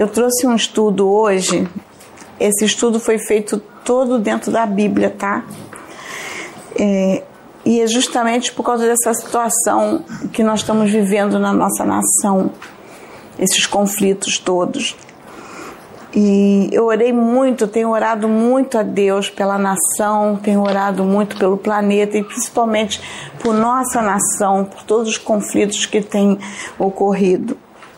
eu trouxe um estudo hoje. Esse estudo foi feito todo dentro da Bíblia, tá? E é justamente por causa dessa situação que nós estamos vivendo na nossa nação, esses conflitos todos. E eu orei muito, tenho orado muito a Deus pela nação, tenho orado muito pelo planeta e principalmente por nossa nação, por todos os conflitos que têm ocorrido.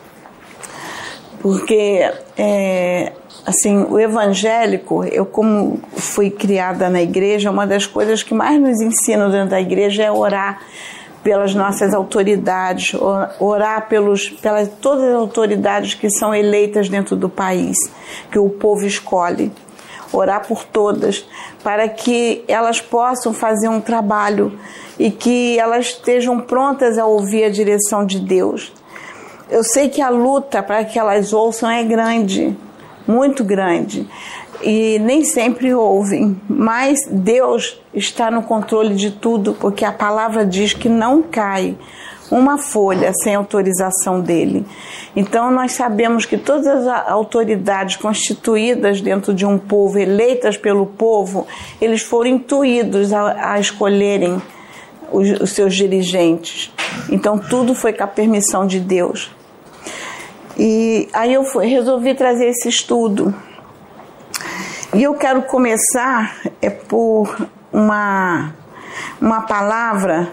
Porque, assim, o evangélico, eu como fui criada na igreja, uma das coisas que mais nos ensinam dentro da igreja é orar pelas nossas autoridades, orar pelas todas as autoridades que são eleitas dentro do país, que o povo escolhe, orar por todas, para que elas possam fazer um trabalho e que elas estejam prontas a ouvir a direção de Deus. Eu sei que a luta para que elas ouçam é grande, muito grande, e nem sempre ouvem, mas Deus está no controle de tudo, porque a palavra diz que não cai uma folha sem autorização dele. Então nós sabemos que todas as autoridades constituídas dentro de um povo, eleitas pelo povo, eles foram intuídos a escolherem os seus dirigentes. Então tudo foi com a permissão de Deus. E aí eu resolvi trazer esse estudo. E eu quero começar por uma palavra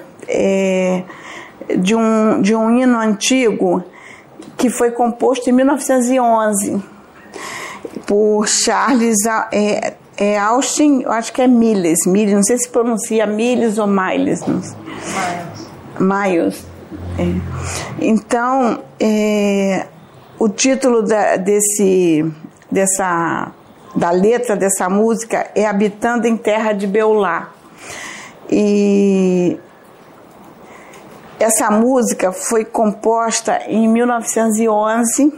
de um hino antigo que foi composto em 1911 por Charles Austin, eu acho que é Miles, não sei se pronuncia Miles ou Miles. Miles. Então, o título da letra dessa música é Habitando em Terra de Beulah. E essa música foi composta em 1911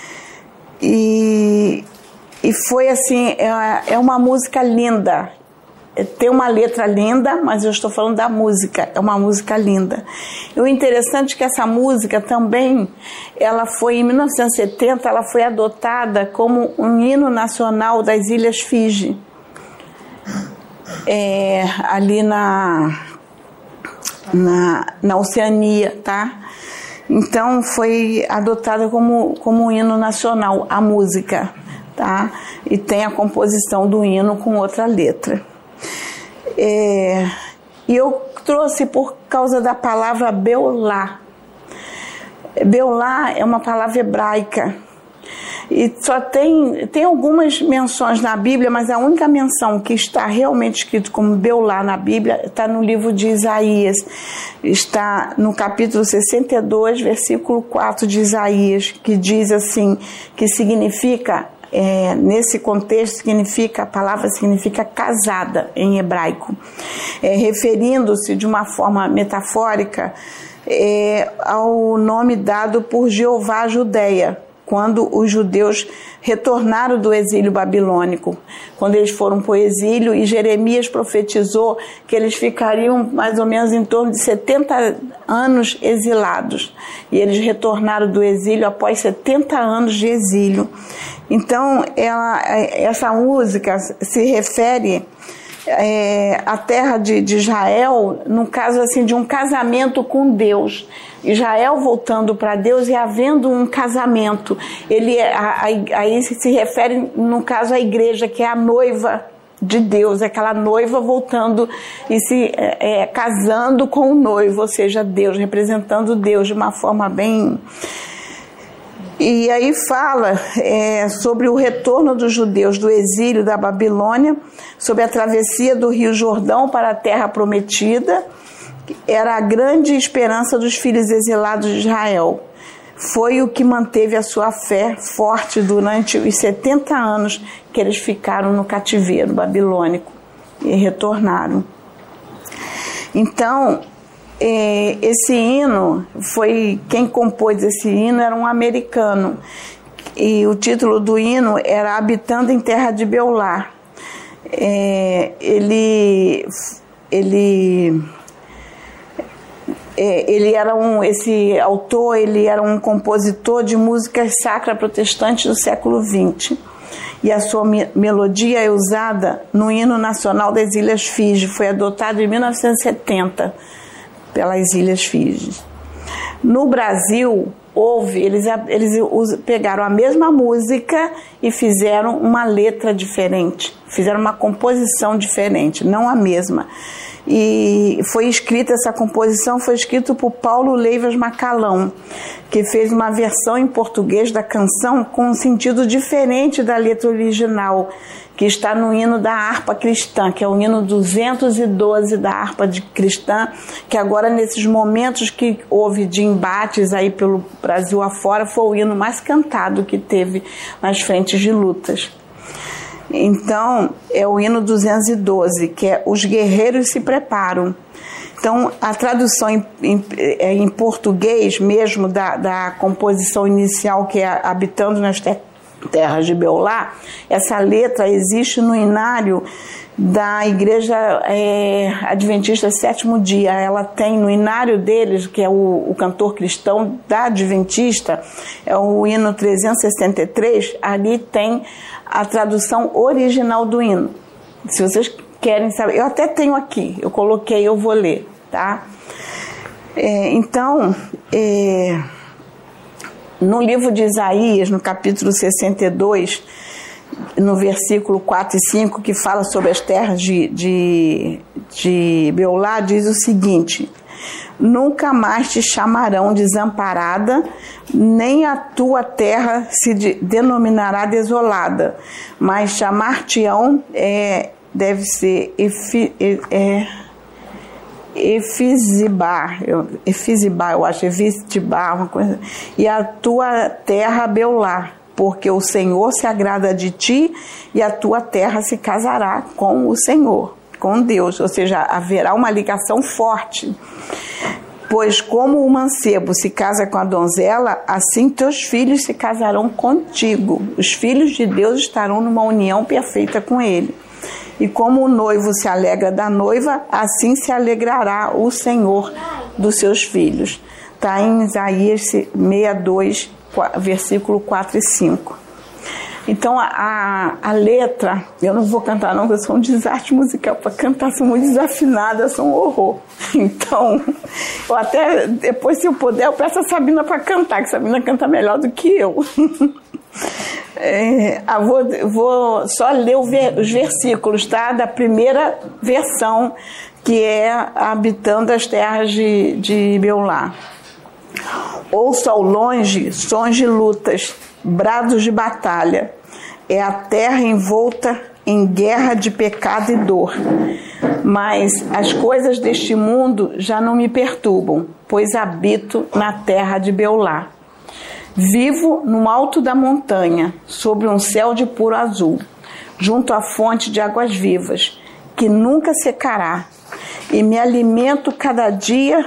e foi assim, é uma música linda. Tem uma letra linda, mas eu estou falando da música, é uma música linda. E o interessante é que essa música também, ela foi, em 1970, ela foi adotada como um hino nacional das Ilhas Fiji, ali na Oceania, tá? Então foi adotada como um hino nacional, a música, tá? E tem a composição do hino com outra letra. E eu trouxe por causa da palavra Beulah. Beulah é uma palavra hebraica e só tem algumas menções na Bíblia, mas a única menção que está realmente escrito como Beulah na Bíblia está no livro de Isaías, está no capítulo 62, versículo 4 de Isaías, que diz assim, que significa, nesse contexto, a palavra significa casada em hebraico, referindo-se de uma forma metafórica ao nome dado por Jeová à Judeia, quando os judeus retornaram do exílio babilônico, quando eles foram para o exílio, e Jeremias profetizou que eles ficariam mais ou menos em torno de 70 anos exilados, e eles retornaram do exílio após 70 anos de exílio. Então, essa música se refere à terra de Israel, no caso assim, de um casamento com Deus. Israel voltando para Deus e havendo um casamento. Aí se refere, no caso, à igreja, que é a noiva de Deus, aquela noiva voltando e se casando com o noivo, ou seja, Deus, representando Deus de uma forma bem... E aí fala sobre o retorno dos judeus do exílio da Babilônia, sobre a travessia do Rio Jordão para a terra prometida. Era a grande esperança dos filhos exilados de Israel. Foi o que manteve a sua fé forte durante os 70 anos que eles ficaram no cativeiro babilônico e retornaram. Então, esse hino, quem compôs esse hino era um americano, e o título do hino era Habitando em Terra de Beulah. esse autor, ele era um compositor de músicas sacras protestantes do século XX. E a sua melodia é usada no hino nacional das Ilhas Fiji. Foi adotado em 1970 pelas Ilhas Fiji. No Brasil, eles pegaram a mesma música e fizeram uma letra diferente, fizeram uma composição diferente, não a mesma. E essa composição foi escrita por Paulo Leivas Macalão, que fez uma versão em português da canção com um sentido diferente da letra original, que está no hino da harpa cristã, que é o hino 212 da harpa cristã, que agora, nesses momentos que houve de embates aí pelo Brasil afora, foi o hino mais cantado que teve nas frentes de lutas. Então, é o hino 212, que é Os Guerreiros se Preparam. Então, a tradução em português mesmo da composição inicial, que é Habitando nas Terras de Beolá, essa letra existe no inário da Igreja Adventista Sétimo Dia. Ela tem no inário deles, que é o cantor cristão da Adventista, é o hino 363, ali tem a tradução original do hino. Se vocês querem saber, eu até tenho aqui, eu coloquei, eu vou ler, tá? No livro de Isaías, no capítulo 62, no versículo 4 e 5, que fala sobre as terras de Beolá, diz o seguinte: nunca mais te chamarão desamparada, nem a tua terra se denominará desolada, mas chamar-te-ão deve ser Efizibá, eu acho, Efizibá, uma coisa, e a tua terra Beolá, porque o Senhor se agrada de ti e a tua terra se casará com o Senhor, com Deus, ou seja, haverá uma ligação forte. Pois como o mancebo se casa com a donzela, assim teus filhos se casarão contigo. Os filhos de Deus estarão numa união perfeita com ele. E como o noivo se alegra da noiva, assim se alegrará o Senhor dos seus filhos. Está em Isaías 62, versículo 4 e 5. Então a letra, eu não vou cantar não, porque eu sou um desastre musical para cantar, sou muito desafinada, sou um horror. Então, eu até, depois se eu puder, eu peço a Sabina para cantar, que a Sabina canta melhor do que eu. Vou só ler os versículos, tá? Da primeira versão, que é Habitando as Terras de Beolá. Ouço ao longe sons de lutas, brados de batalha. É a terra envolta em guerra de pecado e dor. Mas as coisas deste mundo já não me perturbam, pois habito na terra de Beolá. Vivo no alto da montanha, sobre um céu de puro azul, junto à fonte de águas vivas, que nunca secará, e me alimento cada dia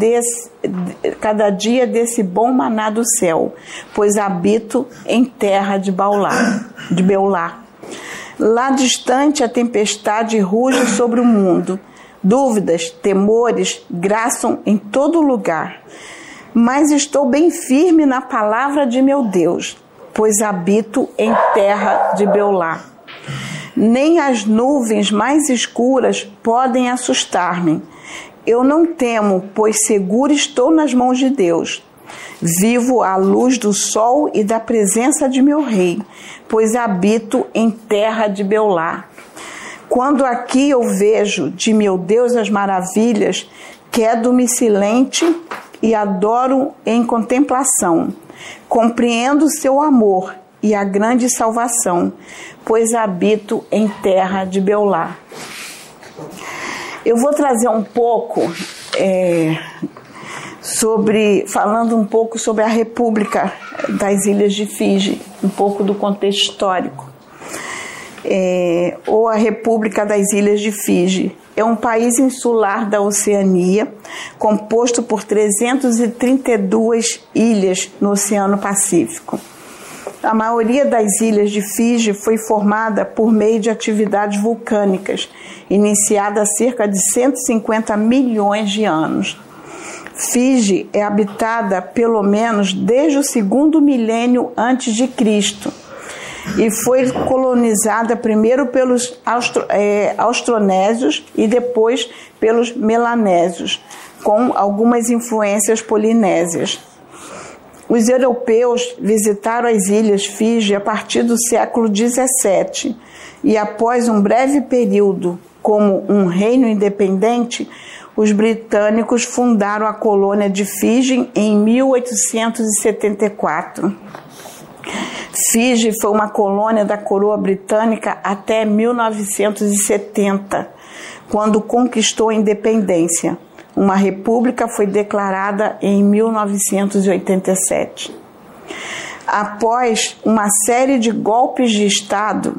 desse bom maná do céu, pois habito em terra de Beolá. Lá distante a tempestade ruge sobre o mundo, dúvidas, temores graçam em todo lugar. Mas estou bem firme na palavra de meu Deus, pois habito em terra de Beolá. Nem as nuvens mais escuras podem assustar-me. Eu não temo, pois seguro estou nas mãos de Deus. Vivo à luz do sol e da presença de meu rei, pois habito em terra de Beolá. Quando aqui eu vejo de meu Deus as maravilhas, quedo-me silente e adoro em contemplação. Compreendo seu amor e a grande salvação, pois habito em terra de Beolá. Eu vou trazer um pouco, falando um pouco sobre a República das Ilhas de Fiji, um pouco do contexto histórico. Ou a República das Ilhas de Fiji. É um país insular da Oceania, composto por 332 ilhas no Oceano Pacífico. A maioria das ilhas de Fiji foi formada por meio de atividades vulcânicas, iniciada há cerca de 150 milhões de anos. Fiji é habitada pelo menos desde o 2º milênio antes de Cristo e foi colonizada primeiro pelos austronésios e depois pelos melanésios, com algumas influências polinésias. Os europeus visitaram as ilhas Fiji a partir do século XVII e, após um breve período como um reino independente, os britânicos fundaram a colônia de Fiji em 1874. Fiji foi uma colônia da coroa britânica até 1970, quando conquistou a independência. Uma república foi declarada em 1987. Após uma série de golpes de Estado,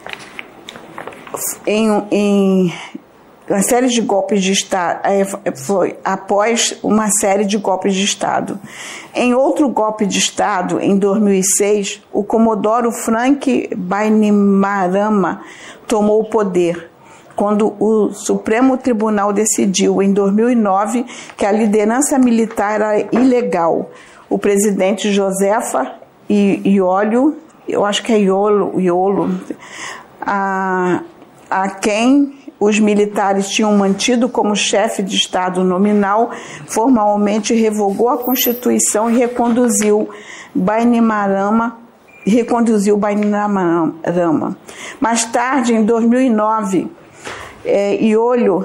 Em outro golpe de Estado, em 2006, o Comodoro Frank Bainimarama tomou o poder, quando o Supremo Tribunal decidiu, em 2009, que a liderança militar era ilegal. O presidente Josefa Iolo, eu acho que é Iolo, a quem os militares tinham mantido como chefe de Estado nominal, formalmente revogou a Constituição e reconduziu Bainimarama. Mais tarde, em 2009, Iolo,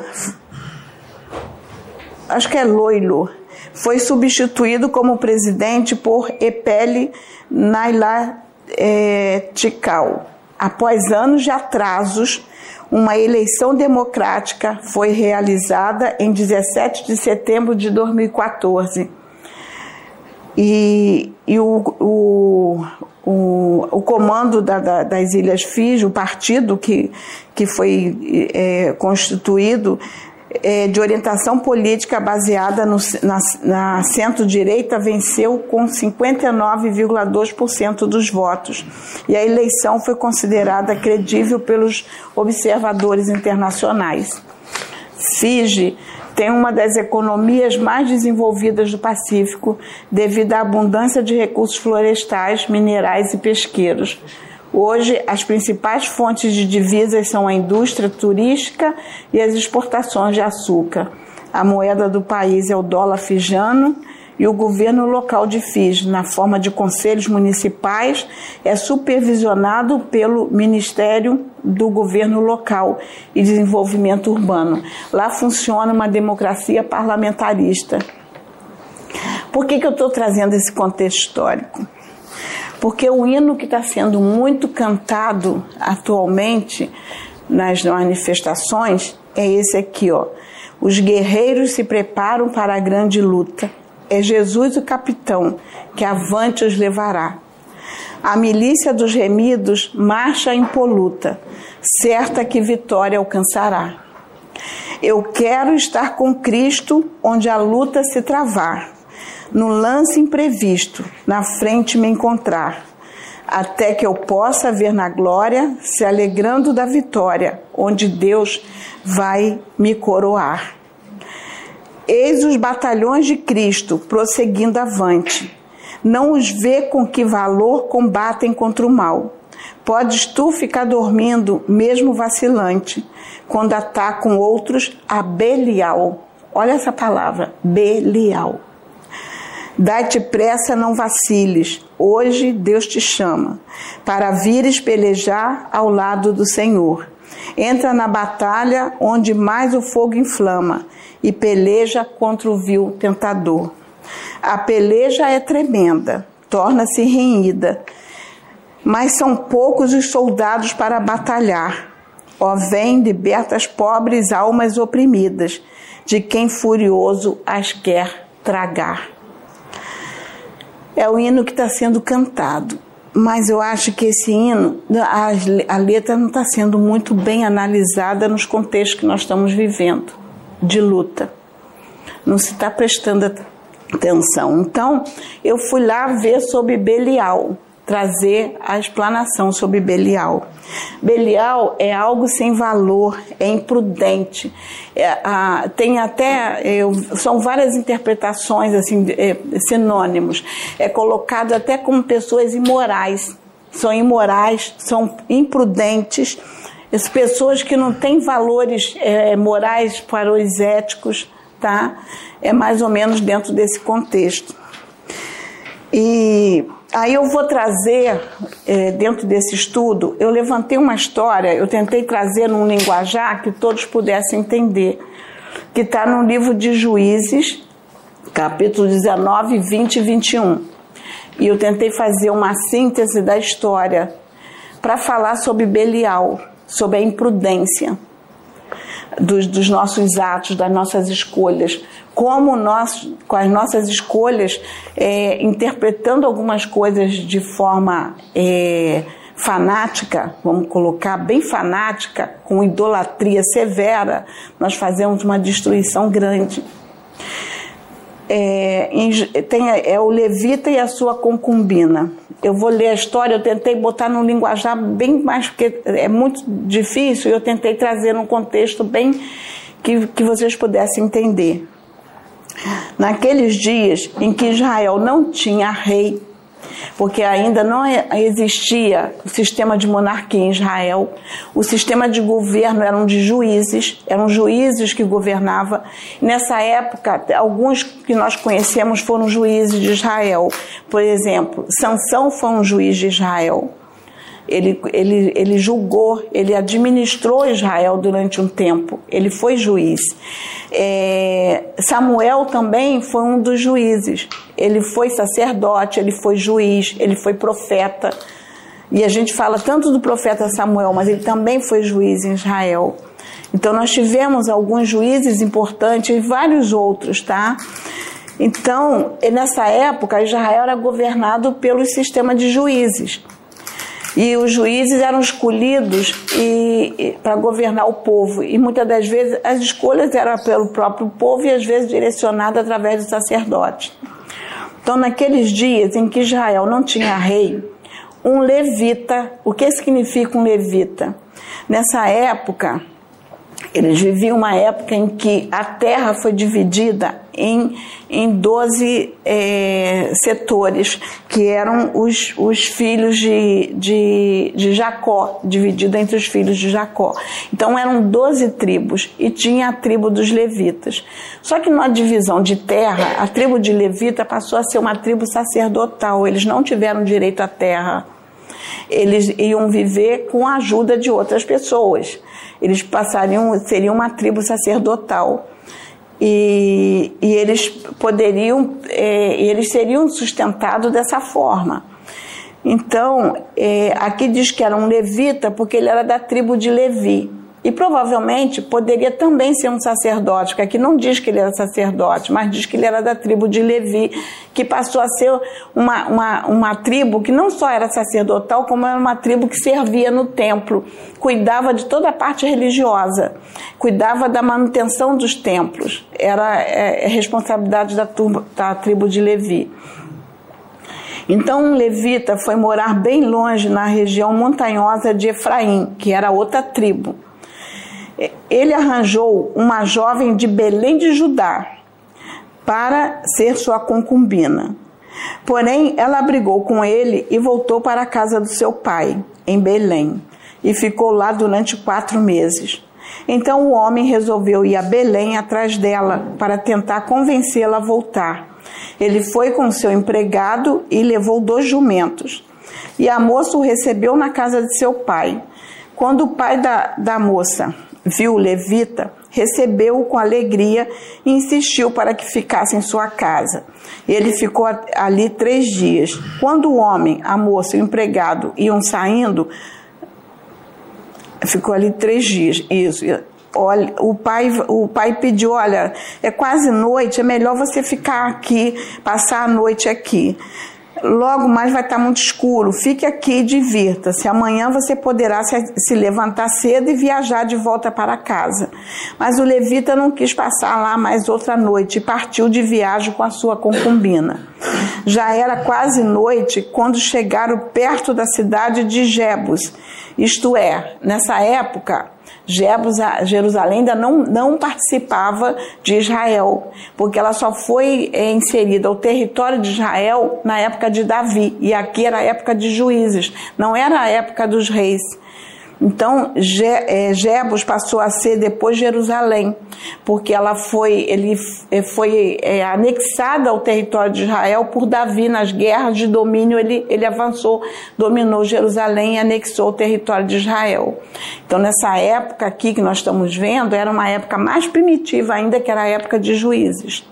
acho que é Loilo, foi substituído como presidente por Epele Naila Tikal. Após anos de atrasos, uma eleição democrática foi realizada em 17 de setembro de 2014. E o comando das Ilhas Fiji, o partido que foi constituído, de orientação política baseada na centro-direita, venceu com 59,2% dos votos. E a eleição foi considerada credível pelos observadores internacionais. Fiji tem uma das economias mais desenvolvidas do Pacífico devido à abundância de recursos florestais, minerais e pesqueiros. Hoje, as principais fontes de divisas são a indústria turística e as exportações de açúcar. A moeda do país é o dólar fijiano e o governo local de Fiji, na forma de conselhos municipais, é supervisionado pelo Ministério do Governo Local e Desenvolvimento Urbano. Lá funciona uma democracia parlamentarista. Por que eu estou trazendo esse contexto histórico? Porque o hino que está sendo muito cantado atualmente nas manifestações é esse aqui, ó. Os guerreiros se preparam para a grande luta. É Jesus o capitão que avante os levará. A milícia dos remidos marcha impoluta, certa que vitória alcançará. Eu quero estar com Cristo onde a luta se travar. No lance imprevisto, na frente me encontrar, até que eu possa ver na glória, se alegrando da vitória, onde Deus vai me coroar. Eis os batalhões de Cristo, prosseguindo avante. Não os vê com que valor combatem contra o mal. Podes tu ficar dormindo, mesmo vacilante, quando atacam outros a Belial. Olha essa palavra, Belial. Dai-te pressa, não vaciles. Hoje Deus te chama para vires pelejar ao lado do Senhor. Entra na batalha onde mais o fogo inflama e peleja contra o vil tentador. A peleja é tremenda, torna-se renhida, mas são poucos os soldados para batalhar. Ó, vem, liberta as pobres almas oprimidas, de quem furioso as quer tragar. É o hino que está sendo cantado, mas eu acho que esse hino, a letra não está sendo muito bem analisada nos contextos que nós estamos vivendo, de luta. Não se está prestando atenção. Então, eu fui lá ver sobre Belial. trazer a explanação sobre Belial. Belial é algo sem valor, é imprudente, tem até, são várias interpretações, assim, sinônimos, é colocado até como pessoas imorais, são imprudentes, as pessoas que não têm valores morais para os éticos, tá? É mais ou menos dentro desse contexto. E aí eu vou trazer, dentro desse estudo, eu levantei uma história, eu tentei trazer num linguajar que todos pudessem entender, que está no livro de Juízes, capítulo 19, 20 e 21. E eu tentei fazer uma síntese da história para falar sobre Belial, sobre a imprudência dos nossos atos, das nossas escolhas, como nós, com as nossas escolhas, interpretando algumas coisas de forma fanática, vamos colocar bem fanática, com idolatria severa, nós fazemos uma destruição grande. Tem o levita e a sua concubina. Eu vou ler a história, eu tentei botar num linguajar bem mais, porque é muito difícil, e eu tentei trazer num contexto bem que vocês pudessem entender. Naqueles dias em que Israel não tinha rei, porque ainda não existia o sistema de monarquia em Israel, o sistema de governo eram juízes que governavam. Nessa época, alguns que nós conhecemos foram juízes de Israel. Por exemplo, Sansão foi um juiz de Israel. Ele julgou, ele administrou Israel durante um tempo, ele foi juiz. Samuel também foi um dos juízes, ele foi sacerdote, ele foi juiz, ele foi profeta. E a gente fala tanto do profeta Samuel, mas ele também foi juiz em Israel. Então nós tivemos alguns juízes importantes e vários outros, tá? Então, nessa época, Israel era governado pelo sistema de juízes. E os juízes eram escolhidos para governar o povo. E muitas das vezes as escolhas eram pelo próprio povo e às vezes direcionadas através do sacerdote. Então, naqueles dias em que Israel não tinha rei, um levita, o que significa um levita? Nessa época, eles viviam uma época em que a terra foi dividida em 12 setores, que eram os filhos de Jacó, dividido entre os filhos de Jacó. Então eram 12 tribos e tinha a tribo dos levitas. Só que na divisão de terra, a tribo de levita passou a ser uma tribo sacerdotal, eles não tiveram direito à terra. Eles iam viver com a ajuda de outras pessoas. Eles seriam uma tribo sacerdotal. E eles poderiam, eles seriam sustentados dessa forma. Então, aqui diz que era um levita porque ele era da tribo de Levi. E provavelmente poderia também ser um sacerdote, porque aqui não diz que ele era sacerdote, mas diz que ele era da tribo de Levi, que passou a ser uma tribo que não só era sacerdotal, como era uma tribo que servia no templo, cuidava de toda a parte religiosa, cuidava da manutenção dos templos, era responsabilidade da tribo de Levi. Então um levita foi morar bem longe na região montanhosa de Efraim, que era outra tribo. Ele arranjou uma jovem de Belém de Judá para ser sua concubina. Porém, ela brigou com ele e voltou para a casa do seu pai, em Belém, e ficou lá durante 4 meses. Então o homem resolveu ir a Belém atrás dela para tentar convencê-la a voltar. Ele foi com seu empregado e levou 2 jumentos. E a moça o recebeu na casa de seu pai. Quando o pai da moça viu o levita, recebeu-o com alegria e insistiu para que ficasse em sua casa. Ele ficou ali 3 dias. Quando o homem, a moça e o empregado iam saindo, ficou ali 3 dias. Isso. Olha, o pai pediu, olha, é quase noite, é melhor você ficar aqui, passar a noite aqui. Logo mais vai estar muito escuro, fique aqui e divirta-se. Amanhã você poderá se levantar cedo e viajar de volta para casa. Mas o levita não quis passar lá mais outra noite e partiu de viagem com a sua concubina. Já era quase noite quando chegaram perto da cidade de Jebus. Isto é, nessa época, Jerusalém ainda não participava de Israel, porque ela só foi inserida ao território de Israel na época de Davi, e aqui era a época de juízes, não era a época dos reis. Então, Jebus passou a ser depois Jerusalém, porque ele foi anexada ao território de Israel por Davi nas guerras de domínio. Ele avançou, dominou Jerusalém e anexou o território de Israel. Então, nessa época aqui que nós estamos vendo, era uma época mais primitiva ainda, que era a época de juízes.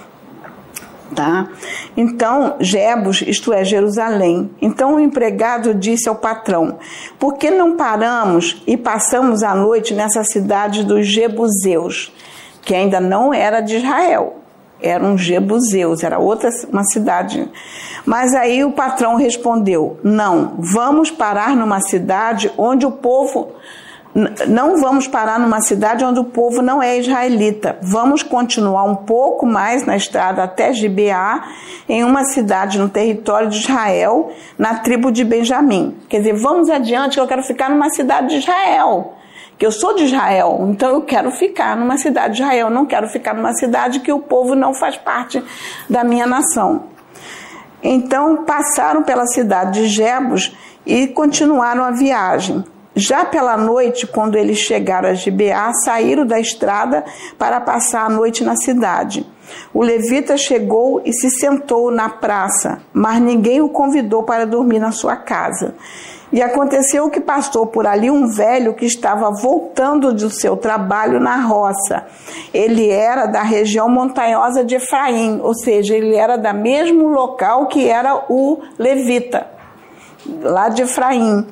Tá? Então, Jebus, isto é, Jerusalém. Então o empregado disse ao patrão: por que não paramos e passamos a noite nessa cidade dos Jebuseus, que ainda não era de Israel, eram Jebuseus, era uma cidade. Mas aí o patrão respondeu: não, vamos parar numa cidade onde o povo... Não vamos parar numa cidade onde o povo não é israelita. Vamos continuar um pouco mais na estrada até Gibeá, em uma cidade no território de Israel, na tribo de Benjamim. Quer dizer, vamos adiante, que eu quero ficar numa cidade de Israel, que eu sou de Israel, então eu quero ficar numa cidade de Israel, não quero ficar numa cidade que o povo não faz parte da minha nação. Então passaram pela cidade de Jebus e continuaram a viagem. Já pela noite, quando eles chegaram a Gibeá, saíram da estrada para passar a noite na cidade. O levita chegou e se sentou na praça, mas ninguém o convidou para dormir na sua casa. E aconteceu que passou por ali um velho que estava voltando do seu trabalho na roça. Ele era da região montanhosa de Efraim, ou seja, ele era do mesmo local que era o levita, lá de Efraim.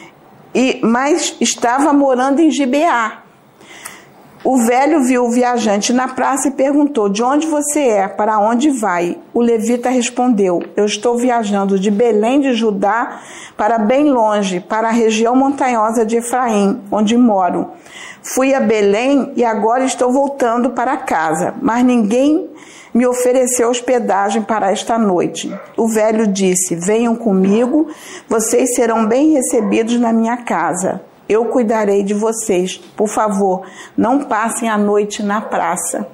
Mas estava morando em Gibeá. O velho viu o viajante na praça e perguntou: de onde você é? Para onde vai? O levita respondeu: eu estou viajando de Belém de Judá para bem longe, para a região montanhosa de Efraim, onde moro. Fui a Belém e agora estou voltando para casa, mas ninguém me ofereceu hospedagem para esta noite. O velho disse: venham comigo, vocês serão bem recebidos na minha casa. Eu cuidarei de vocês. Por favor, não passem a noite na praça.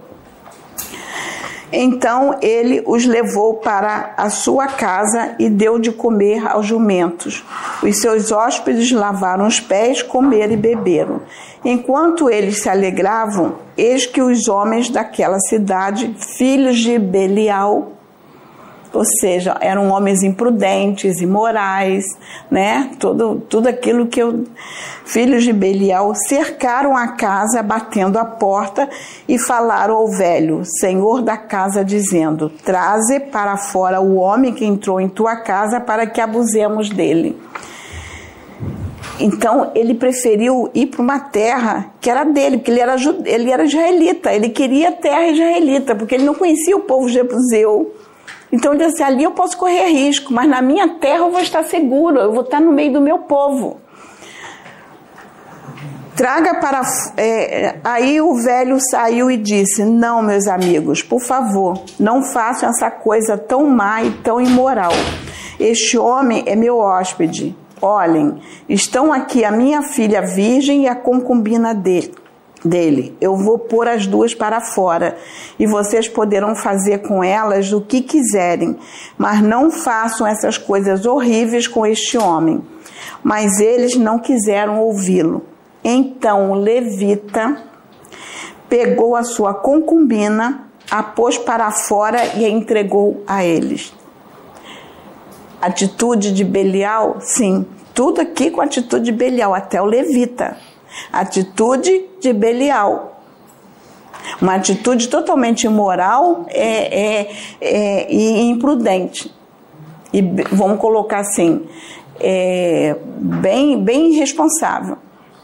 Então ele os levou para a sua casa e deu de comer aos jumentos. Os seus hóspedes lavaram os pés, comeram e beberam. Enquanto eles se alegravam, eis que os homens daquela cidade, filhos de Belial, ou seja, eram homens imprudentes, imorais, né? Tudo aquilo que filhos de Belial cercaram a casa, batendo a porta, e falaram ao velho, senhor da casa, dizendo: traze para fora o homem que entrou em tua casa para que abusemos dele. Então ele preferiu ir para uma terra que era dele, porque ele era israelita, ele queria terra israelita, porque ele não conhecia o povo jebuseu. Então ele disse: ali eu posso correr risco, mas na minha terra eu vou estar seguro, eu vou estar no meio do meu povo. Traga para... Aí o velho saiu e disse: não, meus amigos, por favor, não façam essa coisa tão má e tão imoral. Este homem é meu hóspede. Olhem, estão aqui a minha filha virgem e a concubina dele. Eu vou pôr as duas para fora e vocês poderão fazer com elas o que quiserem, mas não façam essas coisas horríveis com este homem. Mas eles não quiseram ouvi-lo. Então o levita pegou a sua concubina, a pôs para fora e a entregou a eles. Atitude de Belial? Sim, tudo aqui com atitude de Belial, até o levita. Atitude de Belial. Uma atitude totalmente imoral e imprudente. E vamos colocar assim, bem irresponsável.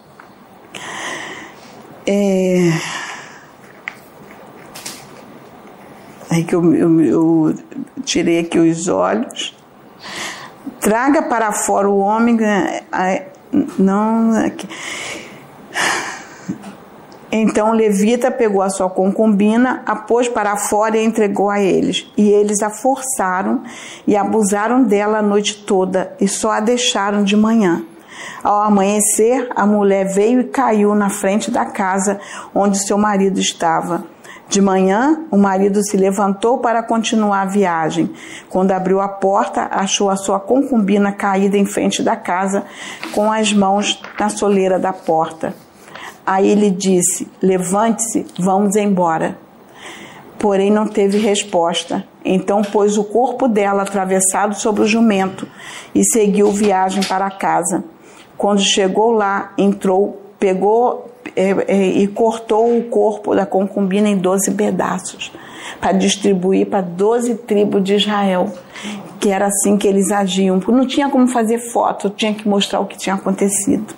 Aí que eu tirei aqui os olhos. Traga para fora o homem... Não... Então o levita pegou a sua concubina, a pôs para fora e a entregou a eles. E eles a forçaram e abusaram dela a noite toda e só a deixaram de manhã. Ao amanhecer, a mulher veio e caiu na frente da casa onde seu marido estava. De manhã, o marido se levantou para continuar a viagem. Quando abriu a porta, achou a sua concubina caída em frente da casa, com as mãos na soleira da porta. Aí ele disse: levante-se, vamos embora. Porém não teve resposta. Então pôs o corpo dela atravessado sobre o jumento e seguiu viagem para casa. Quando chegou lá, entrou, pegou e cortou o corpo da concubina em 12 pedaços para distribuir para 12 tribos de Israel, que era assim que eles agiam. Não tinha como fazer foto, tinha que mostrar o que tinha acontecido.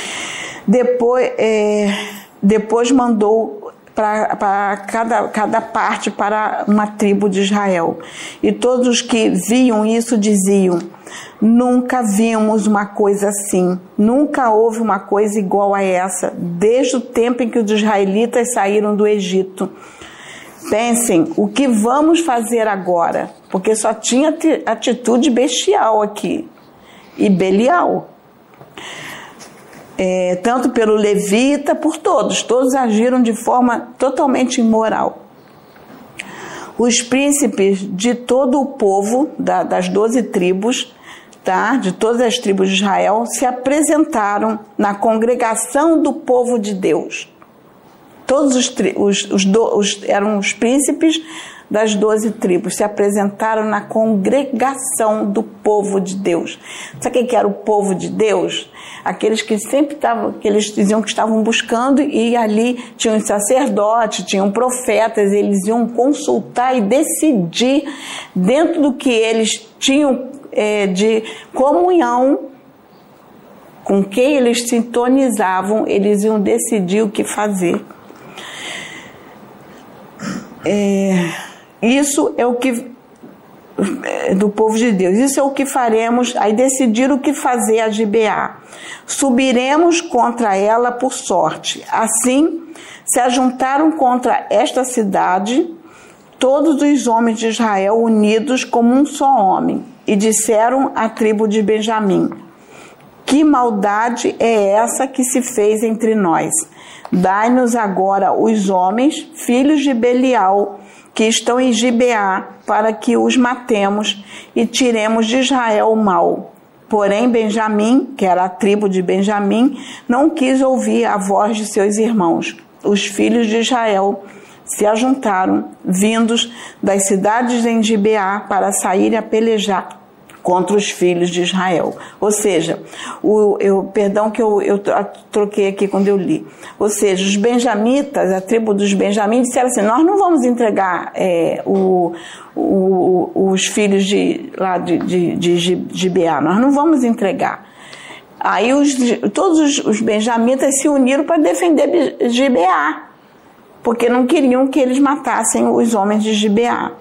Depois mandou para cada parte para uma tribo de Israel. E todos os que viam isso diziam: nunca vimos uma coisa assim, nunca houve uma coisa igual a essa, desde o tempo em que os israelitas saíram do Egito. Pensem, o que vamos fazer agora? Porque só tinha atitude bestial aqui, e Belial. Tanto pelo levita, por todos agiram de forma totalmente imoral. Os príncipes de todo o povo, das 12 tribos, de todas as tribos de Israel, se apresentaram na congregação do povo de Deus. Todos eram os príncipes das 12 tribos, se apresentaram na congregação do povo de Deus. Sabe o que era o povo de Deus? Aqueles que sempre estavam, que eles diziam que estavam buscando, e ali tinham sacerdotes, tinham profetas, eles iam consultar e decidir dentro do que eles tinham de comunhão, com quem eles sintonizavam, eles iam decidir o que fazer. Isso é o que do povo de Deus, isso é o que faremos. Aí decidiram o que fazer a Gibeá. Subiremos contra ela por sorte. Assim se ajuntaram contra esta cidade todos os homens de Israel unidos como um só homem, e disseram à tribo de Benjamim: que maldade é essa que se fez entre nós? Dai-nos agora os homens, filhos de Belial, que estão em Gibeá, para que os matemos e tiremos de Israel o mal. Porém Benjamim, que era a tribo de Benjamim, não quis ouvir a voz de seus irmãos. Os filhos de Israel se ajuntaram, vindos das cidades em Gibeá, para saírem a pelejar contra os filhos de Israel. Ou seja, perdão que eu troquei aqui quando eu li. Ou seja, os benjamitas, a tribo dos benjamim, disseram assim: nós não vamos entregar os filhos de Gibeá, nós não vamos entregar. Aí todos os benjamitas se uniram para defender Gibeá, porque não queriam que eles matassem os homens de Gibeá.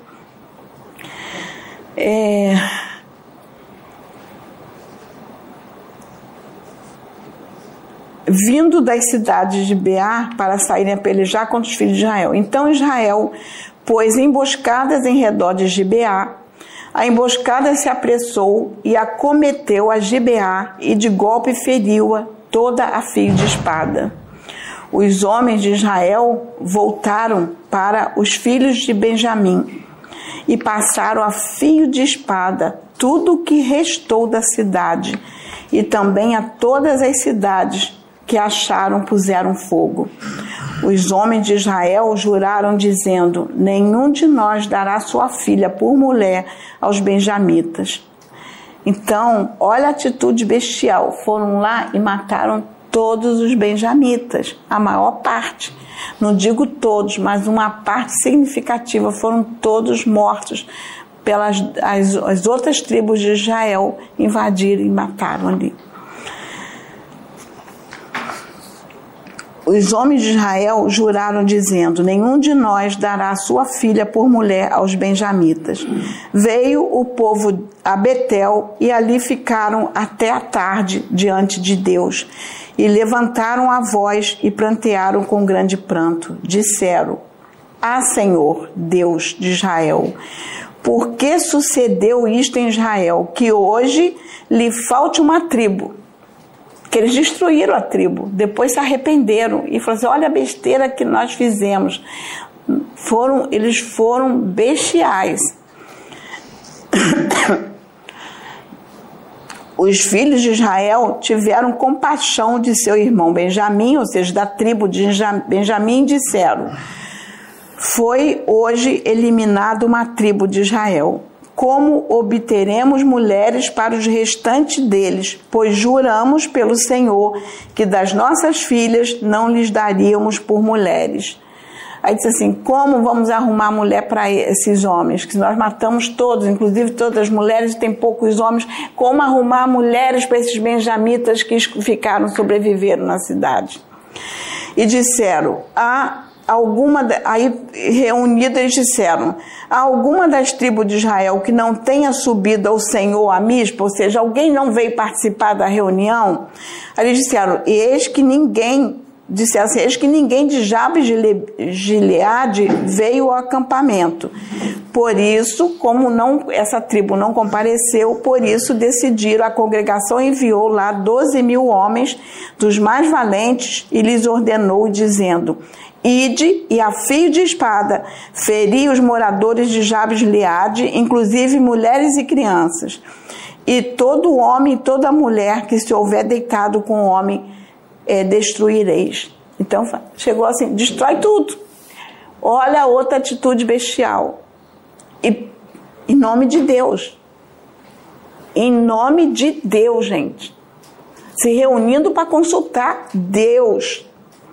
Vindo das cidades de Gibeá para saírem a pelejar contra os filhos de Israel. Então Israel pôs emboscadas em redor de Gibeá. A emboscada se apressou e acometeu a Gibeá, e de golpe feriu-a toda a fio de espada. Os homens de Israel voltaram para os filhos de Benjamim e passaram a fio de espada tudo o que restou da cidade, e também a todas as cidades que acharam puseram fogo. Os homens de Israel juraram, dizendo: nenhum de nós dará sua filha por mulher aos benjamitas. Então, olha a atitude bestial. Foram lá e mataram todos os benjamitas, a maior parte. Não digo todos, mas uma parte significativa. Foram todos mortos pelas as outras tribos de Israel, invadiram e mataram ali. Os homens de Israel juraram dizendo: nenhum de nós dará sua filha por mulher aos benjamitas. Veio o povo a Betel e ali ficaram até a tarde diante de Deus. E levantaram a voz e prantearam com grande pranto. Disseram: Ah, Senhor, Deus de Israel, por que sucedeu isto em Israel, que hoje lhe falte uma tribo? Que eles destruíram a tribo, depois se arrependeram e falaram assim: olha a besteira que nós fizemos. Eles foram bestiais. Os filhos de Israel tiveram compaixão de seu irmão Benjamim, ou seja, da tribo de Benjamim, e disseram: foi hoje eliminada uma tribo de Israel. Como obteremos mulheres para os restantes deles? Pois juramos pelo Senhor que das nossas filhas não lhes daríamos por mulheres. Aí disse assim: como vamos arrumar mulher para esses homens? Que nós matamos todos, inclusive todas as mulheres, e tem poucos homens. Como arrumar mulheres para esses benjamitas que sobreviveram na cidade? E disseram: aí reunidos eles disseram: há alguma das tribos de Israel que não tenha subido ao Senhor a Mispa? Ou seja, alguém não veio participar da reunião? Aí eles disseram: eis que ninguém de Jabes de Gileade veio ao acampamento. Por isso, essa tribo não compareceu, por isso decidiram, a congregação enviou lá 12.000 homens dos mais valentes e lhes ordenou, dizendo: ide e a fio de espada feri os moradores de Jabes de Gileade, inclusive mulheres e crianças. E todo homem e toda mulher que se houver deitado com o homem, destruireis. Então chegou assim: destrói tudo. Olha a outra atitude bestial. E em nome de Deus. Em nome de Deus, gente. Se reunindo para consultar Deus.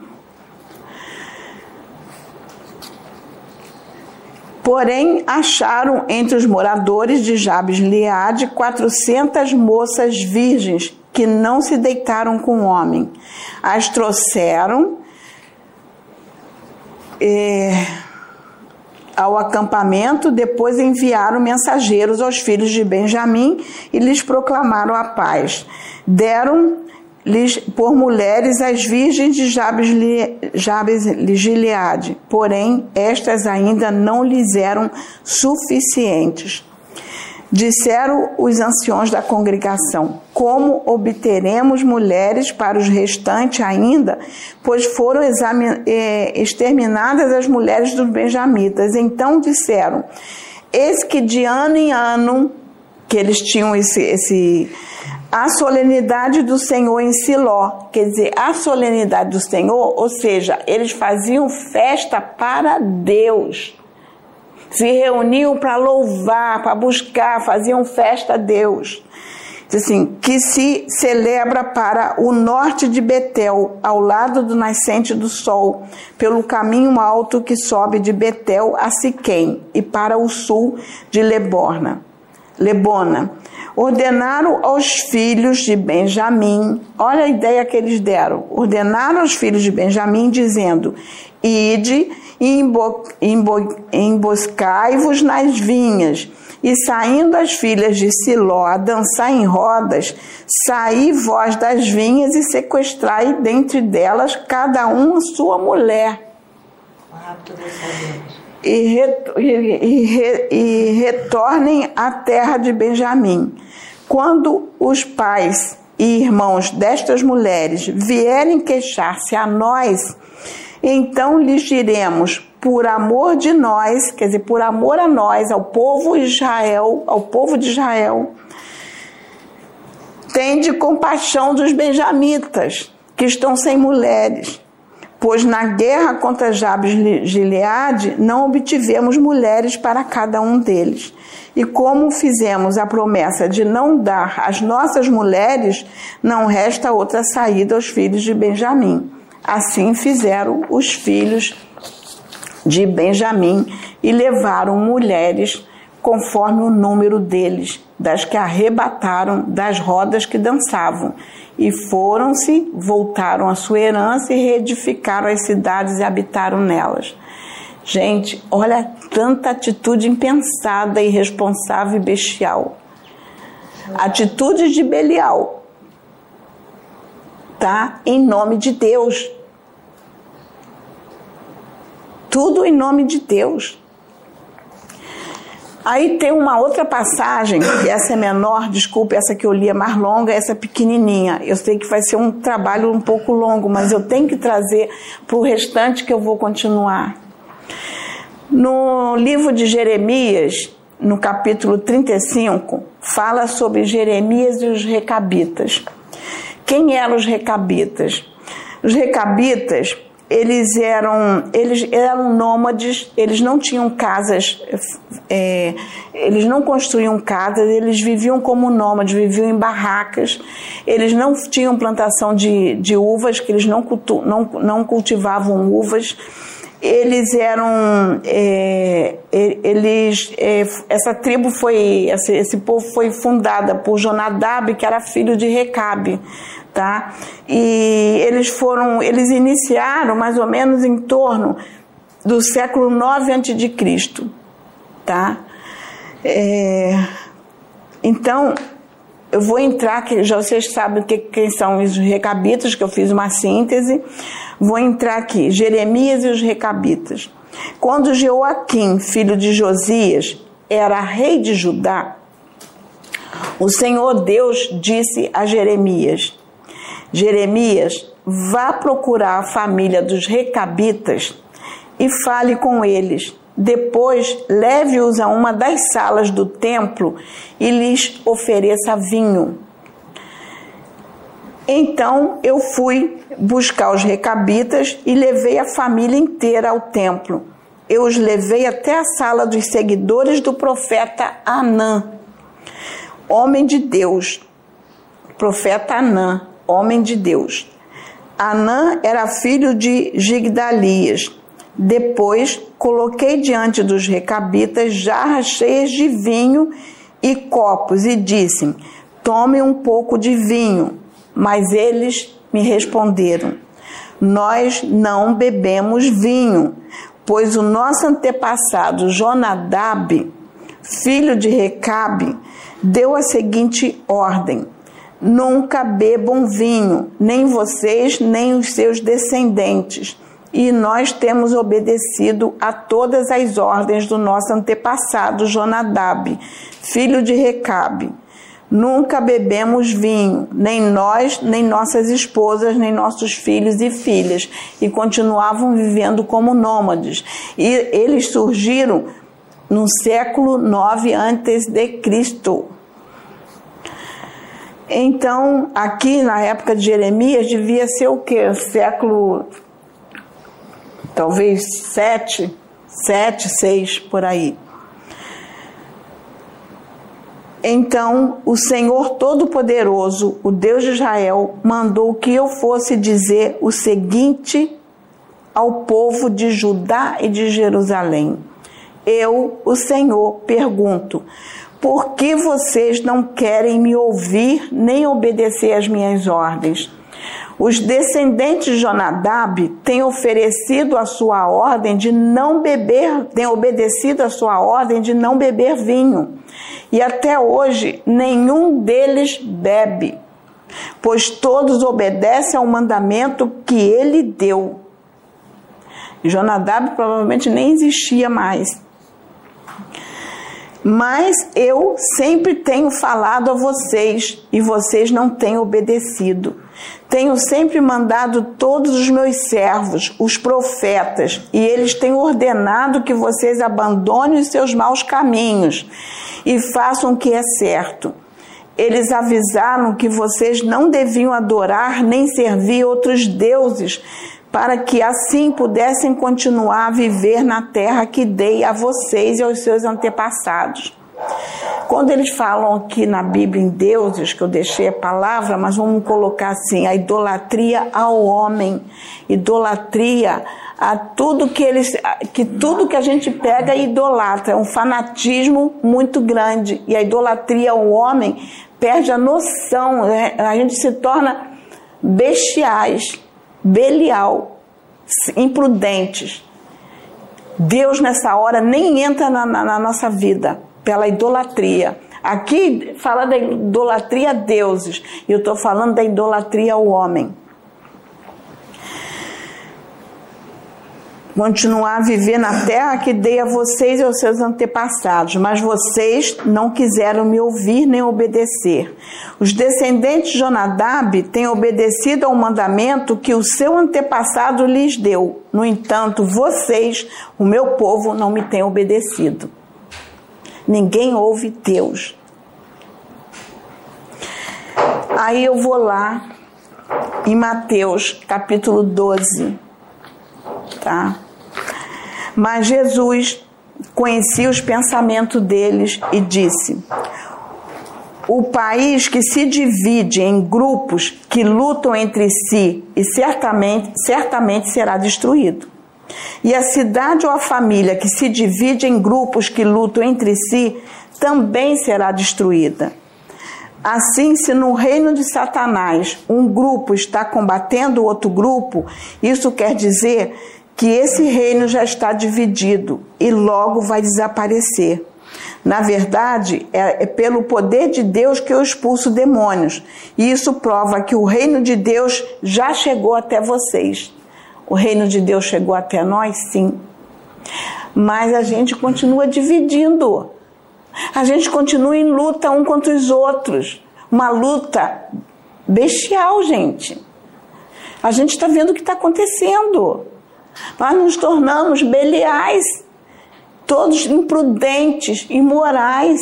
Porém, acharam entre os moradores de Jabes de Gileade 400 moças virgens que não se deitaram com o homem. As trouxeram ao acampamento, depois enviaram mensageiros aos filhos de Benjamim e lhes proclamaram a paz. Deram-lhes por mulheres as virgens de Jabes de Gileade, porém estas ainda não lhes eram suficientes. Disseram os anciãos da congregação: como obteremos mulheres para os restantes ainda? Pois foram exterminadas as mulheres dos benjamitas. Então disseram: eis que de ano em ano, que eles tinham a solenidade do Senhor em Siló, quer dizer, a solenidade do Senhor, ou seja, eles faziam festa para Deus. Se reuniam para louvar, para buscar, faziam festa a Deus. Diz assim: que se celebra para o norte de Betel, ao lado do nascente do sol, pelo caminho alto que sobe de Betel a Siquém, e para o sul de Lebona. Ordenaram aos filhos de Benjamim, olha a ideia que eles deram, ordenaram aos filhos de Benjamim, dizendo: ide e emboscai-vos nas vinhas, e saindo as filhas de Siló a dançar em rodas, saí vós das vinhas e sequestrai dentre delas cada um a sua mulher. E retornem à terra de Benjamim. Quando os pais e irmãos destas mulheres vierem queixar-se a nós, então lhes diremos: por amor de nós, quer dizer, por amor a nós, ao povo de Israel, tende compaixão dos benjamitas, que estão sem mulheres. Pois na guerra contra Jabes de Gileade não obtivemos mulheres para cada um deles. E como fizemos a promessa de não dar as nossas mulheres, não resta outra saída aos filhos de Benjamim. Assim fizeram os filhos de Benjamim e levaram mulheres conforme o número deles, das que arrebataram das rodas que dançavam. E foram-se, voltaram à sua herança e reedificaram as cidades e habitaram nelas. Gente, olha tanta atitude impensada, irresponsável e bestial. Atitude de Belial, tá? Em nome de Deus. Tudo em nome de Deus. Aí tem uma outra passagem, que essa é menor, desculpe, essa que eu li é mais longa, essa é pequenininha. Eu sei que vai ser um trabalho um pouco longo, mas eu tenho que trazer para o restante que eu vou continuar. No livro de Jeremias, no capítulo 35, fala sobre Jeremias e os recabitas. Quem eram os recabitas? Os recabitas, eles eram nômades, eles não tinham casas, eles não construíam casas, eles viviam como nômades, viviam em barracas, eles não tinham plantação de uvas, que eles não cultivavam uvas. Eles eram, essa tribo esse povo foi fundada por Jonadab, que era filho de Recabe, tá? E eles iniciaram mais ou menos em torno do século 9 a.C., tá? Então, eu vou entrar, que já vocês sabem quem são os recabitas, que eu fiz uma síntese. Vou entrar aqui, Jeremias e os recabitas. Quando Joaquim, filho de Josias, era rei de Judá, o Senhor Deus disse a Jeremias: Jeremias, vá procurar a família dos recabitas e fale com eles. Depois, leve-os a uma das salas do templo e lhes ofereça vinho. Então eu fui buscar os recabitas e levei a família inteira ao templo. Eu os levei até a sala dos seguidores do profeta Anã, homem de Deus. Profeta Anã, homem de Deus. Anã era filho de Gigdalias. Depois coloquei diante dos recabitas jarras cheias de vinho e copos e disse: tome um pouco de vinho. Mas eles me responderam: nós não bebemos vinho, pois o nosso antepassado Jonadab, filho de Recabe, deu a seguinte ordem: nunca bebam vinho, nem vocês, nem os seus descendentes. E nós temos obedecido a todas as ordens do nosso antepassado Jonadab, filho de Recabe. Nunca bebemos vinho, nem nós, nem nossas esposas, nem nossos filhos e filhas, e continuavam vivendo como nômades. E eles surgiram no século 9 a.C. Então, aqui na época de Jeremias, devia ser o quê? Século, talvez 7, 6, por aí. Então o Senhor Todo-Poderoso, o Deus de Israel, mandou que eu fosse dizer o seguinte ao povo de Judá e de Jerusalém: eu, o Senhor, pergunto, por que vocês não querem me ouvir nem obedecer às minhas ordens? Os descendentes de Jonadab têm oferecido a sua ordem de não beber, têm obedecido a sua ordem de não beber vinho. E até hoje nenhum deles bebe, pois todos obedecem ao mandamento que ele deu. Jonadab provavelmente nem existia mais. Mas eu sempre tenho falado a vocês e vocês não têm obedecido. Tenho sempre mandado todos os meus servos, os profetas, e eles têm ordenado que vocês abandonem os seus maus caminhos e façam o que é certo. Eles avisaram que vocês não deviam adorar nem servir outros deuses, para que assim pudessem continuar a viver na terra que dei a vocês e aos seus antepassados. Quando eles falam aqui na Bíblia em deuses, que eu deixei a palavra, mas vamos colocar assim, a idolatria ao homem, idolatria a tudo tudo que a gente pega e idolatra, é um fanatismo muito grande, e a idolatria ao homem perde a noção, a gente se torna bestiais, belial, imprudentes. Deus nessa hora nem entra na nossa vida pela idolatria. Aqui fala da idolatria a deuses, e eu estou falando da idolatria ao homem. Continuar a viver na terra que dei a vocês e aos seus antepassados, mas vocês não quiseram me ouvir nem obedecer. Os descendentes de Jonadab têm obedecido ao mandamento que o seu antepassado lhes deu. No entanto, vocês, o meu povo, não me têm obedecido. Ninguém ouve Deus. Aí eu vou lá em Mateus capítulo 12, tá? Mas Jesus conhecia os pensamentos deles e disse: o país que se divide em grupos que lutam entre si e certamente será destruído. E a cidade ou a família que se divide em grupos que lutam entre si também será destruída. Assim, se no reino de Satanás um grupo está combatendo o outro grupo, isso quer dizer que esse reino já está dividido e logo vai desaparecer. Na verdade, é pelo poder de Deus que eu expulso demônios. E isso prova que o reino de Deus já chegou até vocês. O reino de Deus chegou até nós, sim. Mas a gente continua dividindo. A gente continua em luta um contra os outros. Uma luta bestial, gente. A gente está vendo o que está acontecendo. Nós nos tornamos beliais, todos imprudentes, imorais.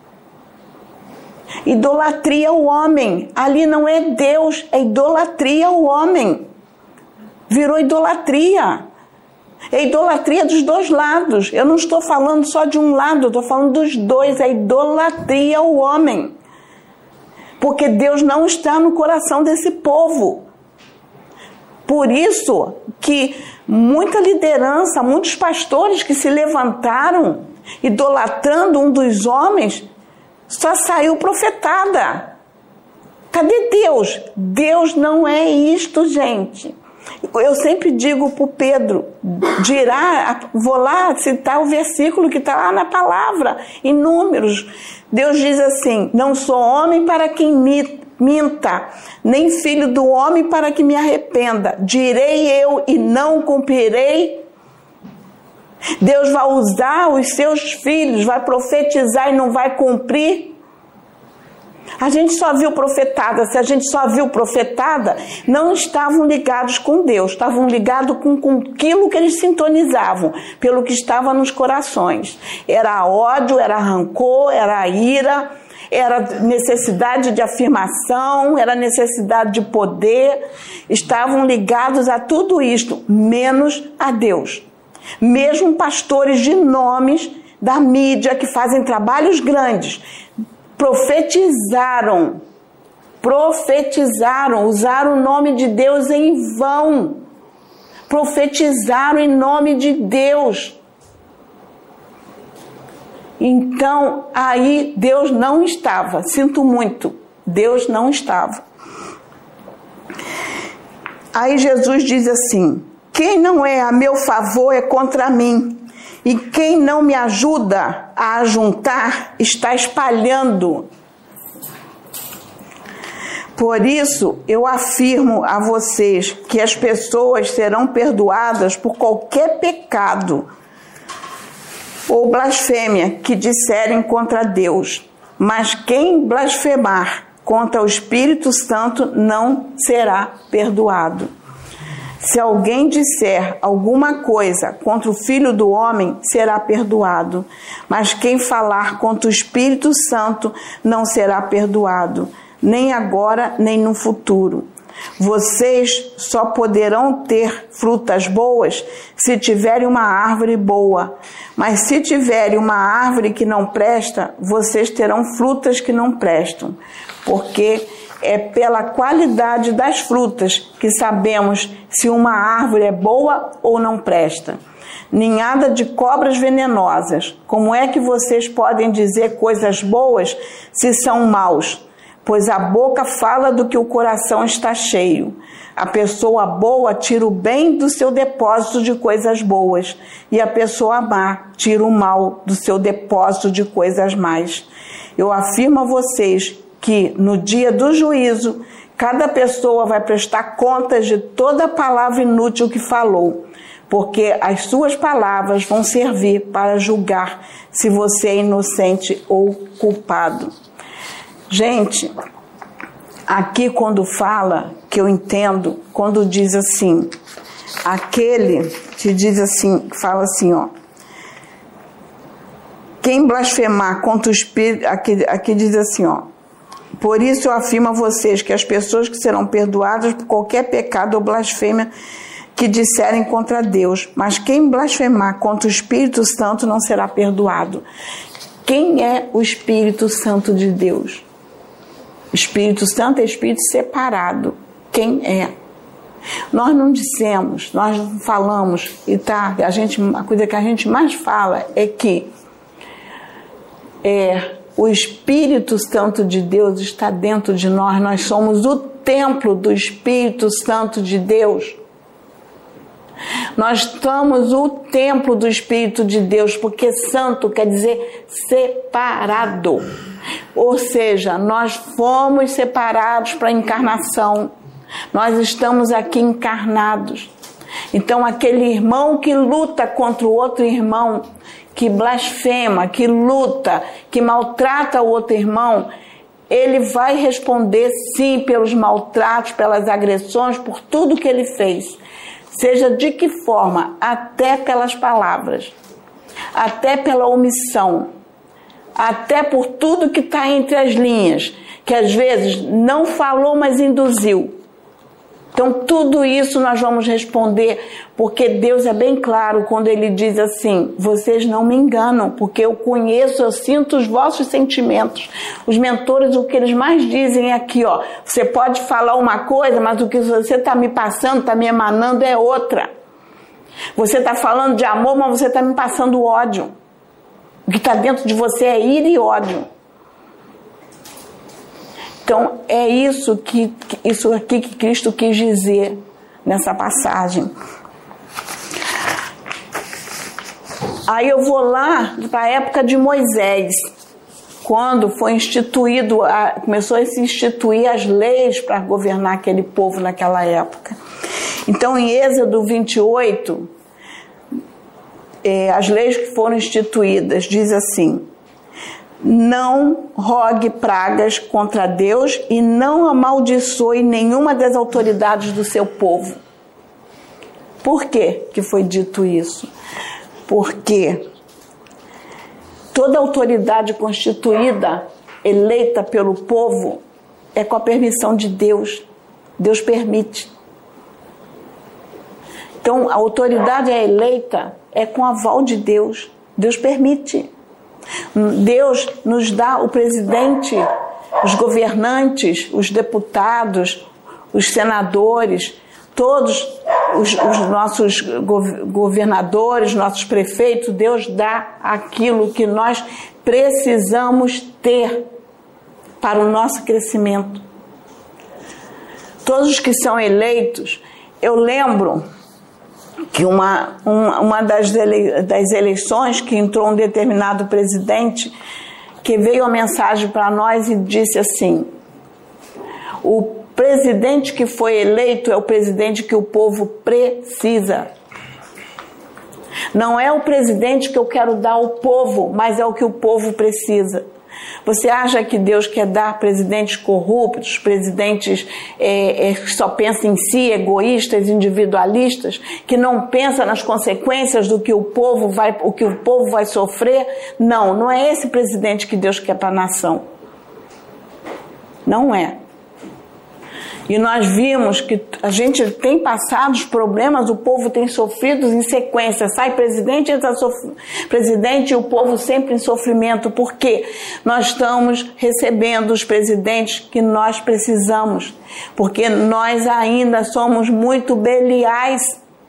Idolatria ao homem. Ali não é Deus, é idolatria ao homem. Virou idolatria. É idolatria dos dois lados. Eu não estou falando só de um lado, eu estou falando dos dois. É idolatria ao homem. Porque Deus não está no coração desse povo. Por isso que muita liderança, muitos pastores que se levantaram idolatrando um dos homens, só saiu profetada. Cadê Deus? Deus não é isto, gente. Eu sempre digo para o Pedro, vou lá citar o versículo que está lá na palavra, em Números. Deus diz assim: não sou homem para quem minta, nem filho do homem para que me arrependa. Direi eu e não cumprirei? Deus vai usar os seus filhos, vai profetizar e não vai cumprir? A gente só viu profetada. Se a gente só viu profetada, não estavam ligados com Deus, estavam ligados com aquilo que eles sintonizavam, pelo que estava nos corações. Era ódio, era rancor, era ira, era necessidade de afirmação, era necessidade de poder. Estavam ligados a tudo isto, menos a Deus. Mesmo pastores de nomes da mídia que fazem trabalhos grandes, profetizaram, usaram o nome de Deus em vão, profetizaram em nome de Deus. Então, aí Deus não estava, sinto muito, Deus não estava. Aí Jesus diz assim: quem não é a meu favor é contra mim. E quem não me ajuda a ajuntar está espalhando. Por isso, eu afirmo a vocês que as pessoas serão perdoadas por qualquer pecado ou blasfêmia que disserem contra Deus. Mas quem blasfemar contra o Espírito Santo não será perdoado. Se alguém disser alguma coisa contra o Filho do Homem, será perdoado. Mas quem falar contra o Espírito Santo não será perdoado, nem agora, nem no futuro. Vocês só poderão ter frutas boas se tiverem uma árvore boa. Mas se tiverem uma árvore que não presta, vocês terão frutas que não prestam. Porque é pela qualidade das frutas que sabemos se uma árvore é boa ou não presta. Ninhada de cobras venenosas. Como é que vocês podem dizer coisas boas se são maus? Pois a boca fala do que o coração está cheio. A pessoa boa tira o bem do seu depósito de coisas boas, e a pessoa má tira o mal do seu depósito de coisas más. Eu afirmo a vocês que no dia do juízo, cada pessoa vai prestar contas de toda palavra inútil que falou, porque as suas palavras vão servir para julgar se você é inocente ou culpado. Gente, aqui quando fala, que eu entendo, quando diz assim, aquele que diz assim, fala assim, ó, quem blasfemar contra o Espírito, aqui diz assim, ó, por isso eu afirmo a vocês que as pessoas que serão perdoadas por qualquer pecado ou blasfêmia que disserem contra Deus, mas quem blasfemar contra o Espírito Santo não será perdoado. Quem é o Espírito Santo de Deus? Espírito Santo é espírito separado. Quem é? Nós não dissemos, nós falamos, e tá, a coisa que a gente mais fala é que o Espírito Santo de Deus está dentro de nós. Nós somos o templo do Espírito Santo de Deus. Nós somos o templo do Espírito de Deus, porque santo quer dizer separado. Ou seja, nós fomos separados para a encarnação. Nós estamos aqui encarnados. Então, aquele irmão que luta contra o outro irmão, que blasfema, que luta, que maltrata o outro irmão, ele vai responder sim pelos maltratos, pelas agressões, por tudo que ele fez. Seja de que forma, até pelas palavras, até pela omissão, até por tudo que está entre as linhas, que às vezes não falou, mas induziu. Então, tudo isso nós vamos responder, porque Deus é bem claro quando Ele diz assim, vocês não me enganam, porque eu conheço, eu sinto os vossos sentimentos. Os mentores, o que eles mais dizem é aqui, ó, você pode falar uma coisa, mas o que você está me passando, está me emanando é outra. Você está falando de amor, mas você está me passando ódio. O que está dentro de você é ira e ódio. Então, é isso aqui que Cristo quis dizer nessa passagem. Aí eu vou lá para a época de Moisés, quando foi instituído, começou a se instituir as leis para governar aquele povo naquela época. Então, em Êxodo 28, as leis que foram instituídas, diz assim, não rogue pragas contra Deus e não amaldiçoe nenhuma das autoridades do seu povo. Por que que foi dito isso? Porque toda autoridade constituída, eleita pelo povo, é com a permissão de Deus. Deus permite. Então, a autoridade é eleita, é com aval de Deus. Deus permite. Deus nos dá o presidente, os governantes, os deputados, os senadores, todos os nossos governadores, nossos prefeitos. Deus dá aquilo que nós precisamos ter para o nosso crescimento. Todos os que são eleitos, eu lembro que uma das eleições que entrou um determinado presidente que veio a mensagem para nós e disse assim, o presidente que foi eleito é o presidente que o povo precisa. Não é o presidente que eu quero dar ao povo, mas é o que o povo precisa. Você acha que Deus quer dar presidentes corruptos, presidentes que só pensam em si, egoístas, individualistas, que não pensam nas consequências do que o povo vai sofrer? Não, não é esse presidente que Deus quer para a nação. Não é. E nós vimos que a gente tem passado os problemas, o povo tem sofrido em sequência. Sai presidente, entra presidente e o povo sempre em sofrimento. Porque nós estamos recebendo os presidentes que nós precisamos. Porque nós ainda somos muito beliais.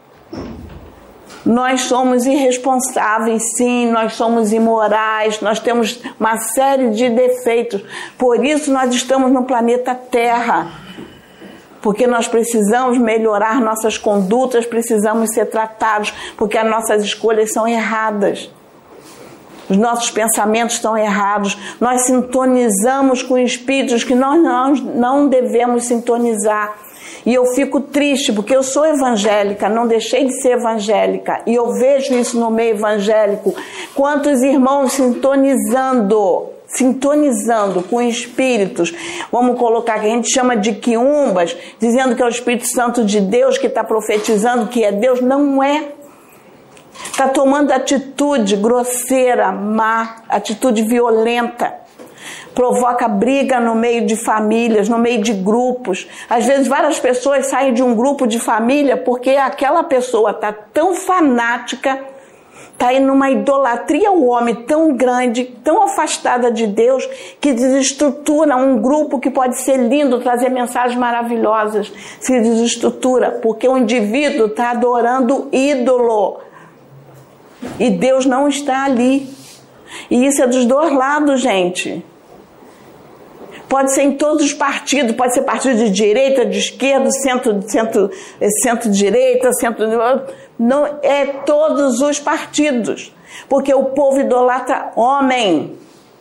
Nós somos irresponsáveis, sim, nós somos imorais, nós temos uma série de defeitos. Por isso nós estamos no planeta Terra. Porque nós precisamos melhorar nossas condutas, precisamos ser tratados, porque as nossas escolhas são erradas. Os nossos pensamentos estão errados. Nós sintonizamos com espíritos que nós não devemos sintonizar. E eu fico triste, porque eu sou evangélica, não deixei de ser evangélica. E eu vejo isso no meio evangélico. Quantos irmãos sintonizando com espíritos, vamos colocar, que a gente chama de quiumbas, dizendo que é o Espírito Santo de Deus que está profetizando que é Deus. Não é. Está tomando atitude grosseira, má, atitude violenta. Provoca briga no meio de famílias, no meio de grupos. Às vezes várias pessoas saem de um grupo de família porque aquela pessoa está tão fanática, está aí numa idolatria ao homem tão grande, tão afastada de Deus, que desestrutura um grupo que pode ser lindo, trazer mensagens maravilhosas. Se desestrutura, porque o indivíduo está adorando ídolo. E Deus não está ali. E isso é dos dois lados, gente. Pode ser em todos os partidos, pode ser partido de direita, de esquerda, centro-direita, não é todos os partidos, porque o povo idolatra homem.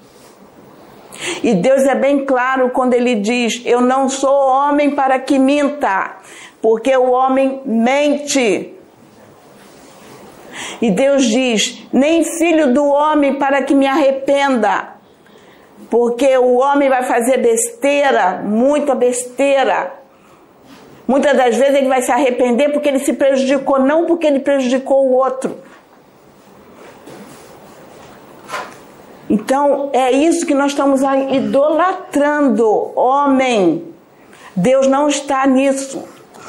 E Deus é bem claro quando ele diz: eu não sou homem para que minta, porque o homem mente. E Deus diz: nem filho do homem para que me arrependa, porque o homem vai fazer besteira, muita besteira. Muitas das vezes ele vai se arrepender porque ele se prejudicou, não porque ele prejudicou o outro. Então, é isso que nós estamos idolatrando, homem. Deus não está nisso.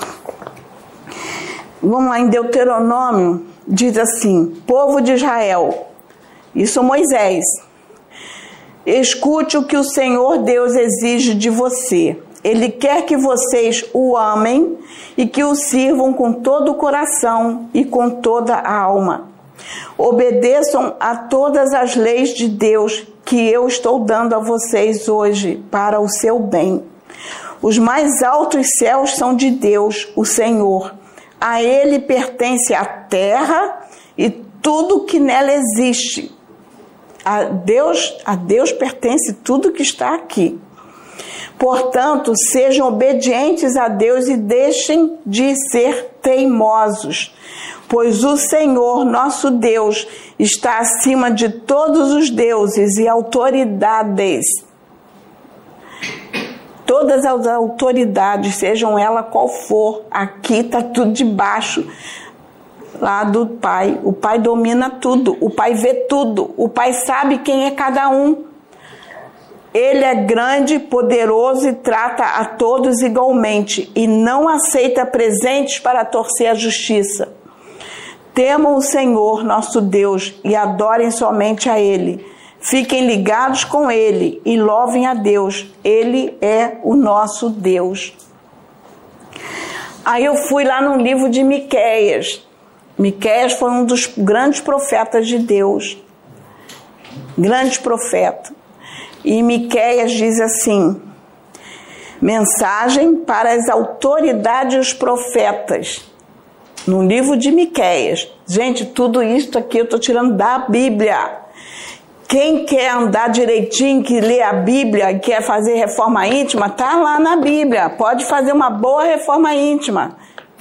Vamos lá, em Deuteronômio, diz assim: povo de Israel, isso é Moisés, escute o que o Senhor Deus exige de você. Ele quer que vocês o amem e que o sirvam com todo o coração e com toda a alma. Obedeçam a todas as leis de Deus que eu estou dando a vocês hoje para o seu bem. Os mais altos céus são de Deus, o Senhor. A Ele pertence a terra e tudo que nela existe. A Deus pertence tudo que está aqui. Portanto, sejam obedientes a Deus e deixem de ser teimosos, pois o Senhor, nosso Deus, está acima de todos os deuses e autoridades. Todas as autoridades, sejam ela qual for, aqui está tudo debaixo lá do Pai. O Pai domina tudo, o Pai vê tudo, o Pai sabe quem é cada um. Ele é grande, poderoso e trata a todos igualmente e não aceita presentes para torcer a justiça. Temam o Senhor, nosso Deus, e adorem somente a Ele. Fiquem ligados com Ele e louvem a Deus. Ele é o nosso Deus. Aí eu fui lá no livro de Miqueias. Miqueias foi um dos grandes profetas de Deus. Grande profeta. E Miqueias diz assim: mensagem para as autoridades e os profetas. No livro de Miqueias. Gente, tudo isso aqui eu estou tirando da Bíblia. Quem quer andar direitinho, que lê a Bíblia e quer fazer reforma íntima, está lá na Bíblia. Pode fazer uma boa reforma íntima.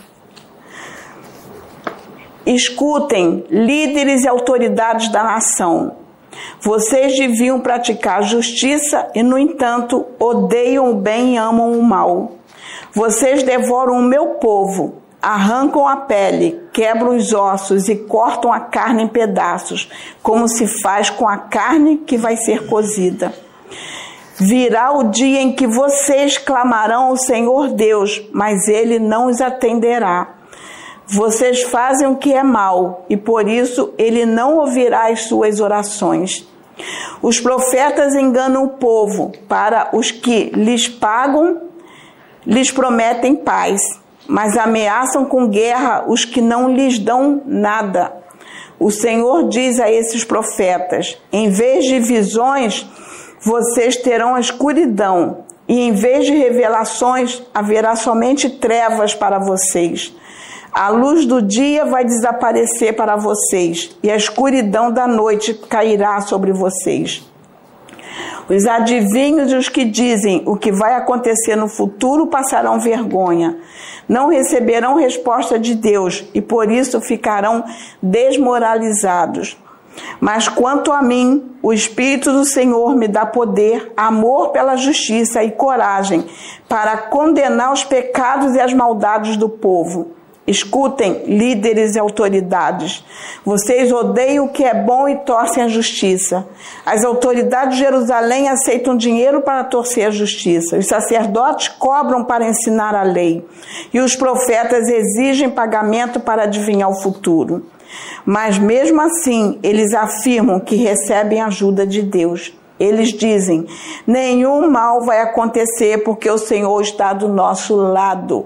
Escutem, líderes e autoridades da nação. Vocês deviam praticar justiça e, no entanto, odeiam o bem e amam o mal. Vocês devoram o meu povo, arrancam a pele, quebram os ossos e cortam a carne em pedaços, como se faz com a carne que vai ser cozida. Virá o dia em que vocês clamarão ao Senhor Deus, mas Ele não os atenderá. Vocês fazem o que é mal, e por isso Ele não ouvirá as suas orações. Os profetas enganam o povo, para os que lhes pagam, lhes prometem paz, mas ameaçam com guerra os que não lhes dão nada. O Senhor diz a esses profetas: em vez de visões, vocês terão a escuridão, e em vez de revelações, haverá somente trevas para vocês. A luz do dia vai desaparecer para vocês, e a escuridão da noite cairá sobre vocês. Os adivinhos e os que dizem o que vai acontecer no futuro passarão vergonha. Não receberão resposta de Deus e por isso ficarão desmoralizados. Mas quanto a mim, o Espírito do Senhor me dá poder, amor pela justiça e coragem para condenar os pecados e as maldades do povo. Escutem, líderes e autoridades. Vocês odeiam o que é bom e torcem a justiça. As autoridades de Jerusalém aceitam dinheiro para torcer a justiça. Os sacerdotes cobram para ensinar a lei. E os profetas exigem pagamento para adivinhar o futuro. Mas mesmo assim, eles afirmam que recebem ajuda de Deus. Eles dizem: nenhum mal vai acontecer porque o Senhor está do nosso lado.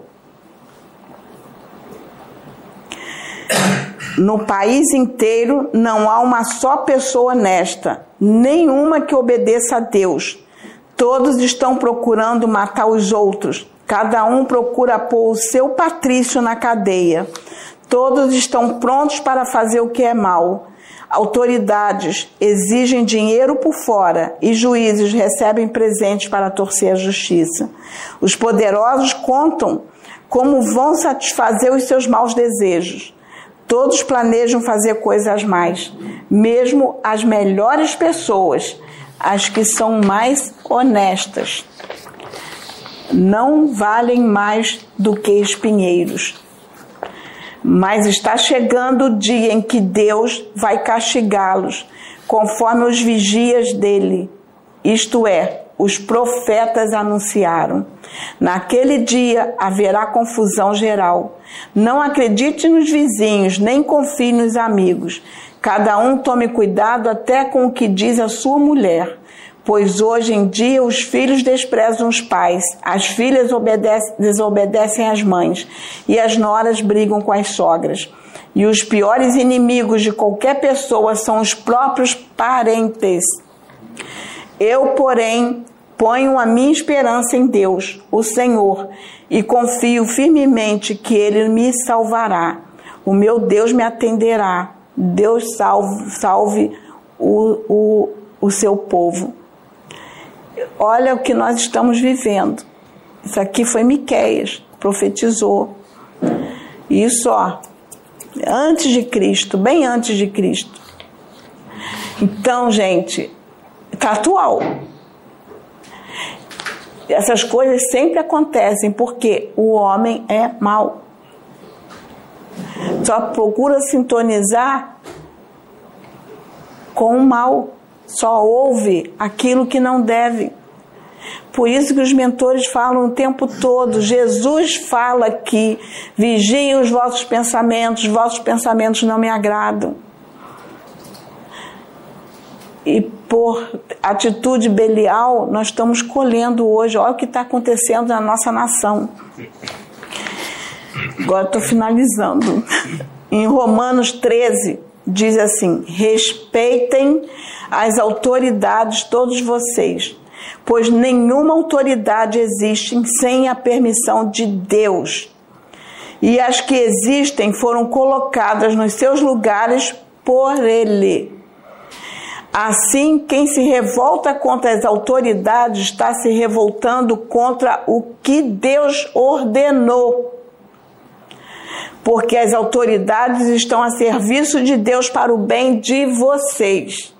No país inteiro não há uma só pessoa honesta, nenhuma que obedeça a Deus. Todos estão procurando matar os outros. Cada um procura pôr o seu patrício na cadeia. Todos estão prontos para fazer o que é mal. Autoridades exigem dinheiro por fora e juízes recebem presentes para torcer a justiça. Os poderosos contam como vão satisfazer os seus maus desejos. Todos planejam fazer coisas más, mesmo as melhores pessoas, as que são mais honestas, não valem mais do que espinheiros. Mas está chegando o dia em que Deus vai castigá-los, conforme os vigias dele, isto é, os profetas anunciaram. Naquele dia haverá confusão geral. Não acredite nos vizinhos, nem confie nos amigos. Cada um tome cuidado até com o que diz a sua mulher, pois hoje em dia os filhos desprezam os pais, as filhas desobedecem às mães e as noras brigam com as sogras. E os piores inimigos de qualquer pessoa são os próprios parentes. Eu, porém, ponho a minha esperança em Deus, o Senhor, e confio firmemente que Ele me salvará. O meu Deus me atenderá. Deus salve o seu povo. Olha o que nós estamos vivendo. Isso aqui foi Miqueias, profetizou. Isso, ó, antes de Cristo, bem antes de Cristo. Então, gente, está atual. Essas coisas sempre acontecem porque o homem é mau. Só procura sintonizar com o mal. Só ouve aquilo que não deve. Por isso que os mentores falam o tempo todo. Jesus fala aqui: vigiem os vossos pensamentos não me agradam. E por atitude Belial, nós estamos colhendo hoje. Olha o que está acontecendo na nossa nação. Agora estou finalizando. Em Romanos 13, diz assim: respeitem as autoridades, todos vocês, pois nenhuma autoridade existe sem a permissão de Deus. E as que existem foram colocadas nos seus lugares por Ele. Assim, quem se revolta contra as autoridades está se revoltando contra o que Deus ordenou. Porque as autoridades estão a serviço de Deus para o bem de vocês.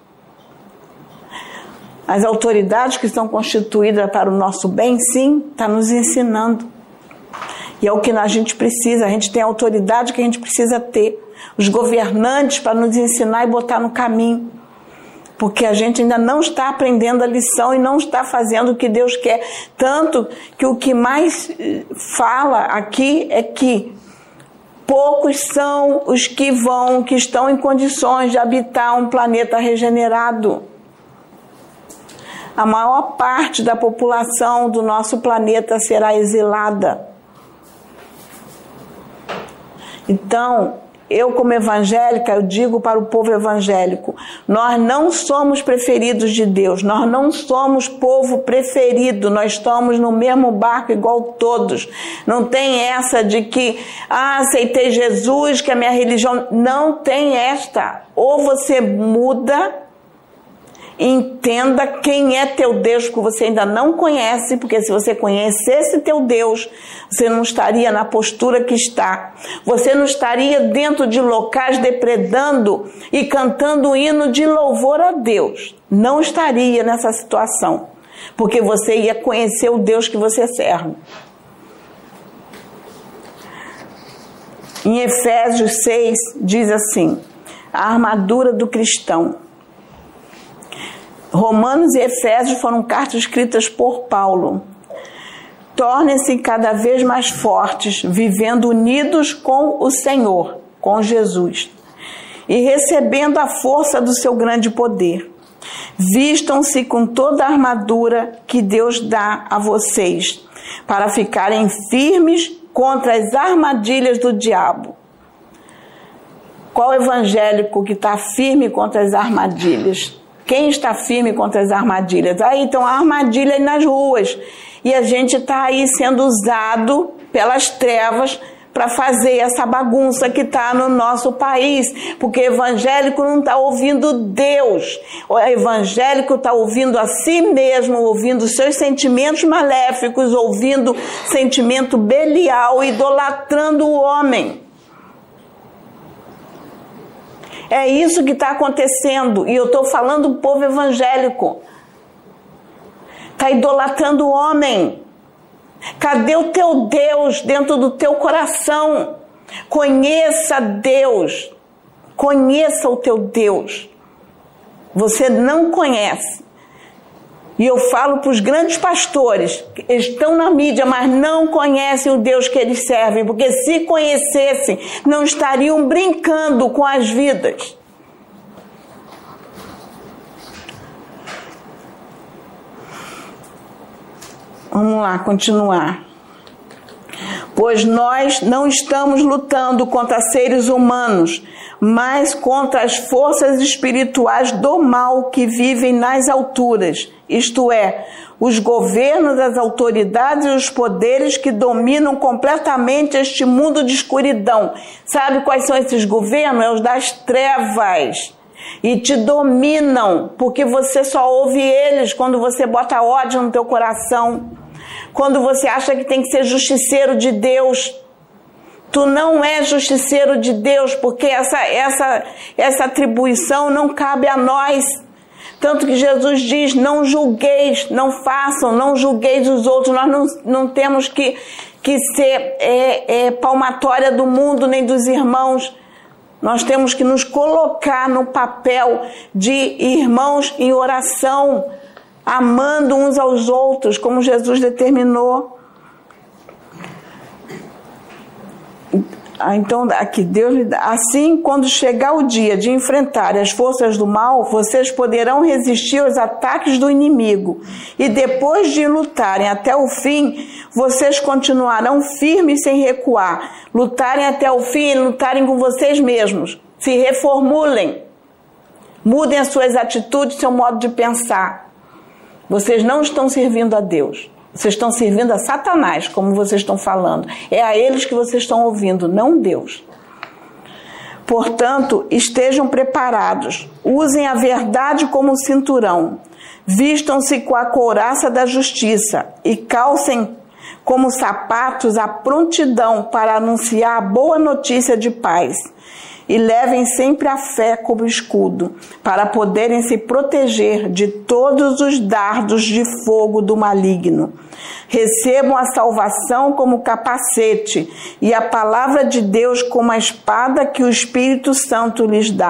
As autoridades que são constituídas para o nosso bem, sim, está nos ensinando. E é o que a gente precisa. A gente tem a autoridade que a gente precisa ter. Os governantes para nos ensinar e botar no caminho. porque a gente ainda não está aprendendo a lição e não está fazendo o que Deus quer. Tanto que o que mais fala aqui é que poucos são os que estão em condições de habitar um planeta regenerado. A maior parte da população do nosso planeta será exilada. Então, eu como evangélica, eu digo para o povo evangélico, nós não somos preferidos de Deus, nós não somos povo preferido, nós estamos no mesmo barco igual todos. Não tem essa de que, aceitei Jesus, que a minha religião... Não tem esta. Ou você muda, entenda quem é teu Deus, que você ainda não conhece, porque se você conhecesse teu Deus, você não estaria na postura que está. Você não estaria dentro de locais depredando e cantando hino de louvor a Deus. Não estaria nessa situação, porque você ia conhecer o Deus que você serve. Em Efésios 6 diz assim, a armadura do cristão. Romanos e Efésios foram cartas escritas por Paulo. Tornem-se cada vez mais fortes, vivendo unidos com o Senhor, com Jesus, e recebendo a força do seu grande poder. Vistam-se com toda a armadura que Deus dá a vocês, para ficarem firmes contra as armadilhas do diabo. Qual evangélico que está firme contra as armadilhas? Quem está firme contra as armadilhas? Aí então a armadilha nas ruas. E a gente está aí sendo usado pelas trevas para fazer essa bagunça que está no nosso país. Porque evangélico não está ouvindo Deus. O evangélico está ouvindo a si mesmo, ouvindo seus sentimentos maléficos, ouvindo sentimento belial, idolatrando o homem. É isso que está acontecendo, e eu estou falando do povo evangélico. Está idolatrando o homem. Cadê o teu Deus dentro do teu coração? Conheça Deus. Conheça o teu Deus. Você não conhece. E eu falo para os grandes pastores, que estão na mídia, mas não conhecem o Deus que eles servem, porque se conhecessem, não estariam brincando com as vidas. Vamos lá, continuar. Pois nós não estamos lutando contra seres humanos, mas contra as forças espirituais do mal que vivem nas alturas, isto é, os governos, as autoridades e os poderes que dominam completamente este mundo de escuridão. Sabe quais são esses governos? É os das trevas. E te dominam, porque você só ouve eles quando você bota ódio no teu coração, quando você acha que tem que ser justiceiro de Deus. Tu não é justiceiro de Deus, porque essa atribuição não cabe a nós. Tanto que Jesus diz, não julgueis, não façam, não julgueis os outros. Nós não temos que ser palmatória do mundo nem dos irmãos. Nós temos que nos colocar no papel de irmãos em oração, amando uns aos outros, como Jesus determinou. Então, aqui, Deus lhe dá. Assim, quando chegar o dia de enfrentar as forças do mal, vocês poderão resistir aos ataques do inimigo. E depois de lutarem até o fim, vocês continuarão firmes sem recuar. Lutarem até o fim e lutarem com vocês mesmos. Se reformulem. Mudem as suas atitudes, seu modo de pensar. Vocês não estão servindo a Deus. Vocês estão servindo a Satanás, como vocês estão falando. É a eles que vocês estão ouvindo, não Deus. Portanto, estejam preparados. Usem a verdade como cinturão. Vistam-se com a couraça da justiça e calcem como sapatos a prontidão para anunciar a boa notícia de paz. E levem sempre a fé como escudo, para poderem se proteger de todos os dardos de fogo do maligno. Recebam a salvação como capacete e a palavra de Deus como a espada que o Espírito Santo lhes dá.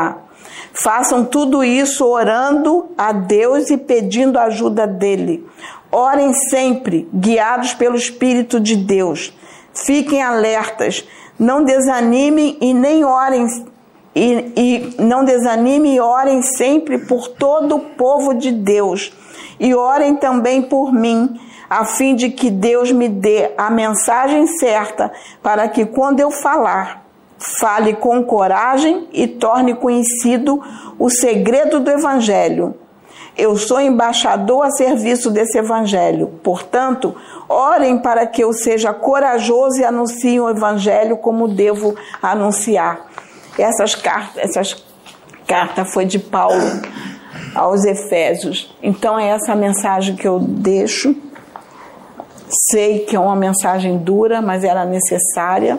Façam tudo isso orando a Deus e pedindo a ajuda dele. Orem sempre, guiados pelo Espírito de Deus. Fiquem alertas, não desanimem e nem orem não desanimem e orem sempre por todo o povo de Deus. E orem também por mim, a fim de que Deus me dê a mensagem certa, para que quando eu falar, fale com coragem e torne conhecido o segredo do Evangelho. Eu sou embaixador a serviço desse Evangelho. Portanto, orem para que eu seja corajoso e anuncie o Evangelho como devo anunciar. Essas cartas foi de Paulo aos Efésios. Então é essa mensagem que eu deixo. Sei que é uma mensagem dura, mas era necessária.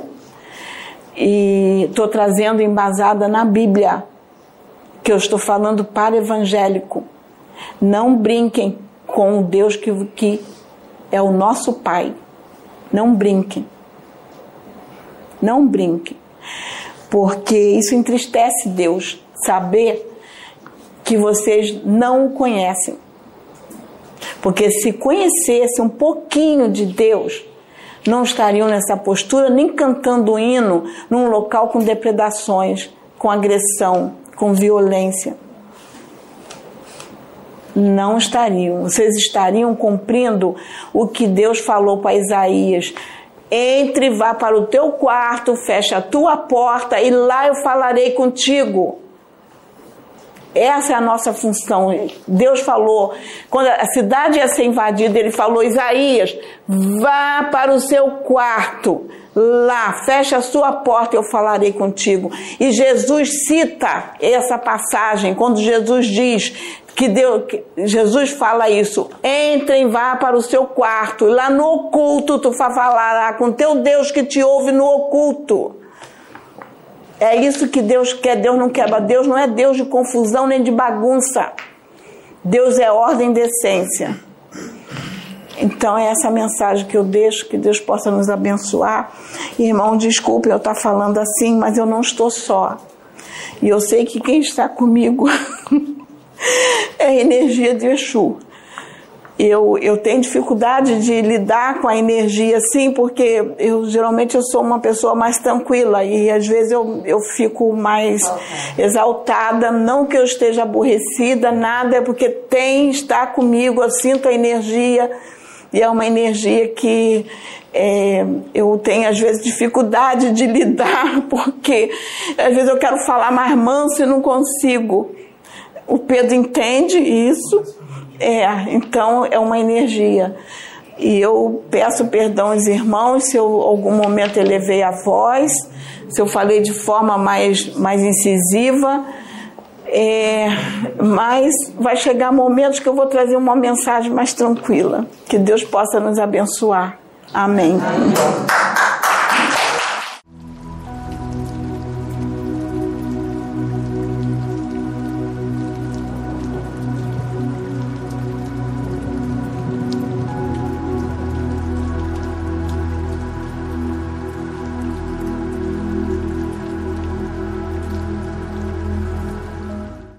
E estou trazendo embasada na Bíblia, que eu estou falando para evangélico. Não brinquem com o Deus que é o nosso Pai. Não brinquem. Não brinquem. Porque isso entristece Deus, saber que vocês não o conhecem. Porque se conhecessem um pouquinho de Deus, não estariam nessa postura, nem cantando hino num local com depredações, com agressão, com violência. Não estariam. Vocês estariam cumprindo o que Deus falou para Isaías. Entre, vá para o teu quarto, fecha a tua porta e lá eu falarei contigo. Essa é a nossa função. Deus falou, quando a cidade ia ser invadida, ele falou, Isaías, vá para o seu quarto, lá, fecha a sua porta e eu falarei contigo. E Jesus cita essa passagem, quando Jesus diz Jesus fala isso, entrem, vá para o seu quarto, e lá no oculto tu falará com teu Deus que te ouve no oculto. É isso que Deus quer. Deus não quer. Deus não é Deus de confusão nem de bagunça. Deus é ordem e decência. Então é essa mensagem que eu deixo, que Deus possa nos abençoar. Irmão, desculpe eu estar falando assim, mas eu não estou só. E eu sei que quem está comigo é a energia de Exu. Eu tenho dificuldade de lidar com a energia assim, porque geralmente eu sou uma pessoa mais tranquila e às vezes eu fico mais exaltada, não que eu esteja aborrecida, nada, é porque está comigo, eu sinto a energia e é uma energia que eu tenho às vezes dificuldade de lidar, porque às vezes eu quero falar mais manso e não consigo. O Pedro entende isso. Então é uma energia. E eu peço perdão aos irmãos se eu em algum momento elevei a voz, se eu falei de forma mais incisiva, mas vai chegar momentos que eu vou trazer uma mensagem mais tranquila. Que Deus possa nos abençoar. Amém.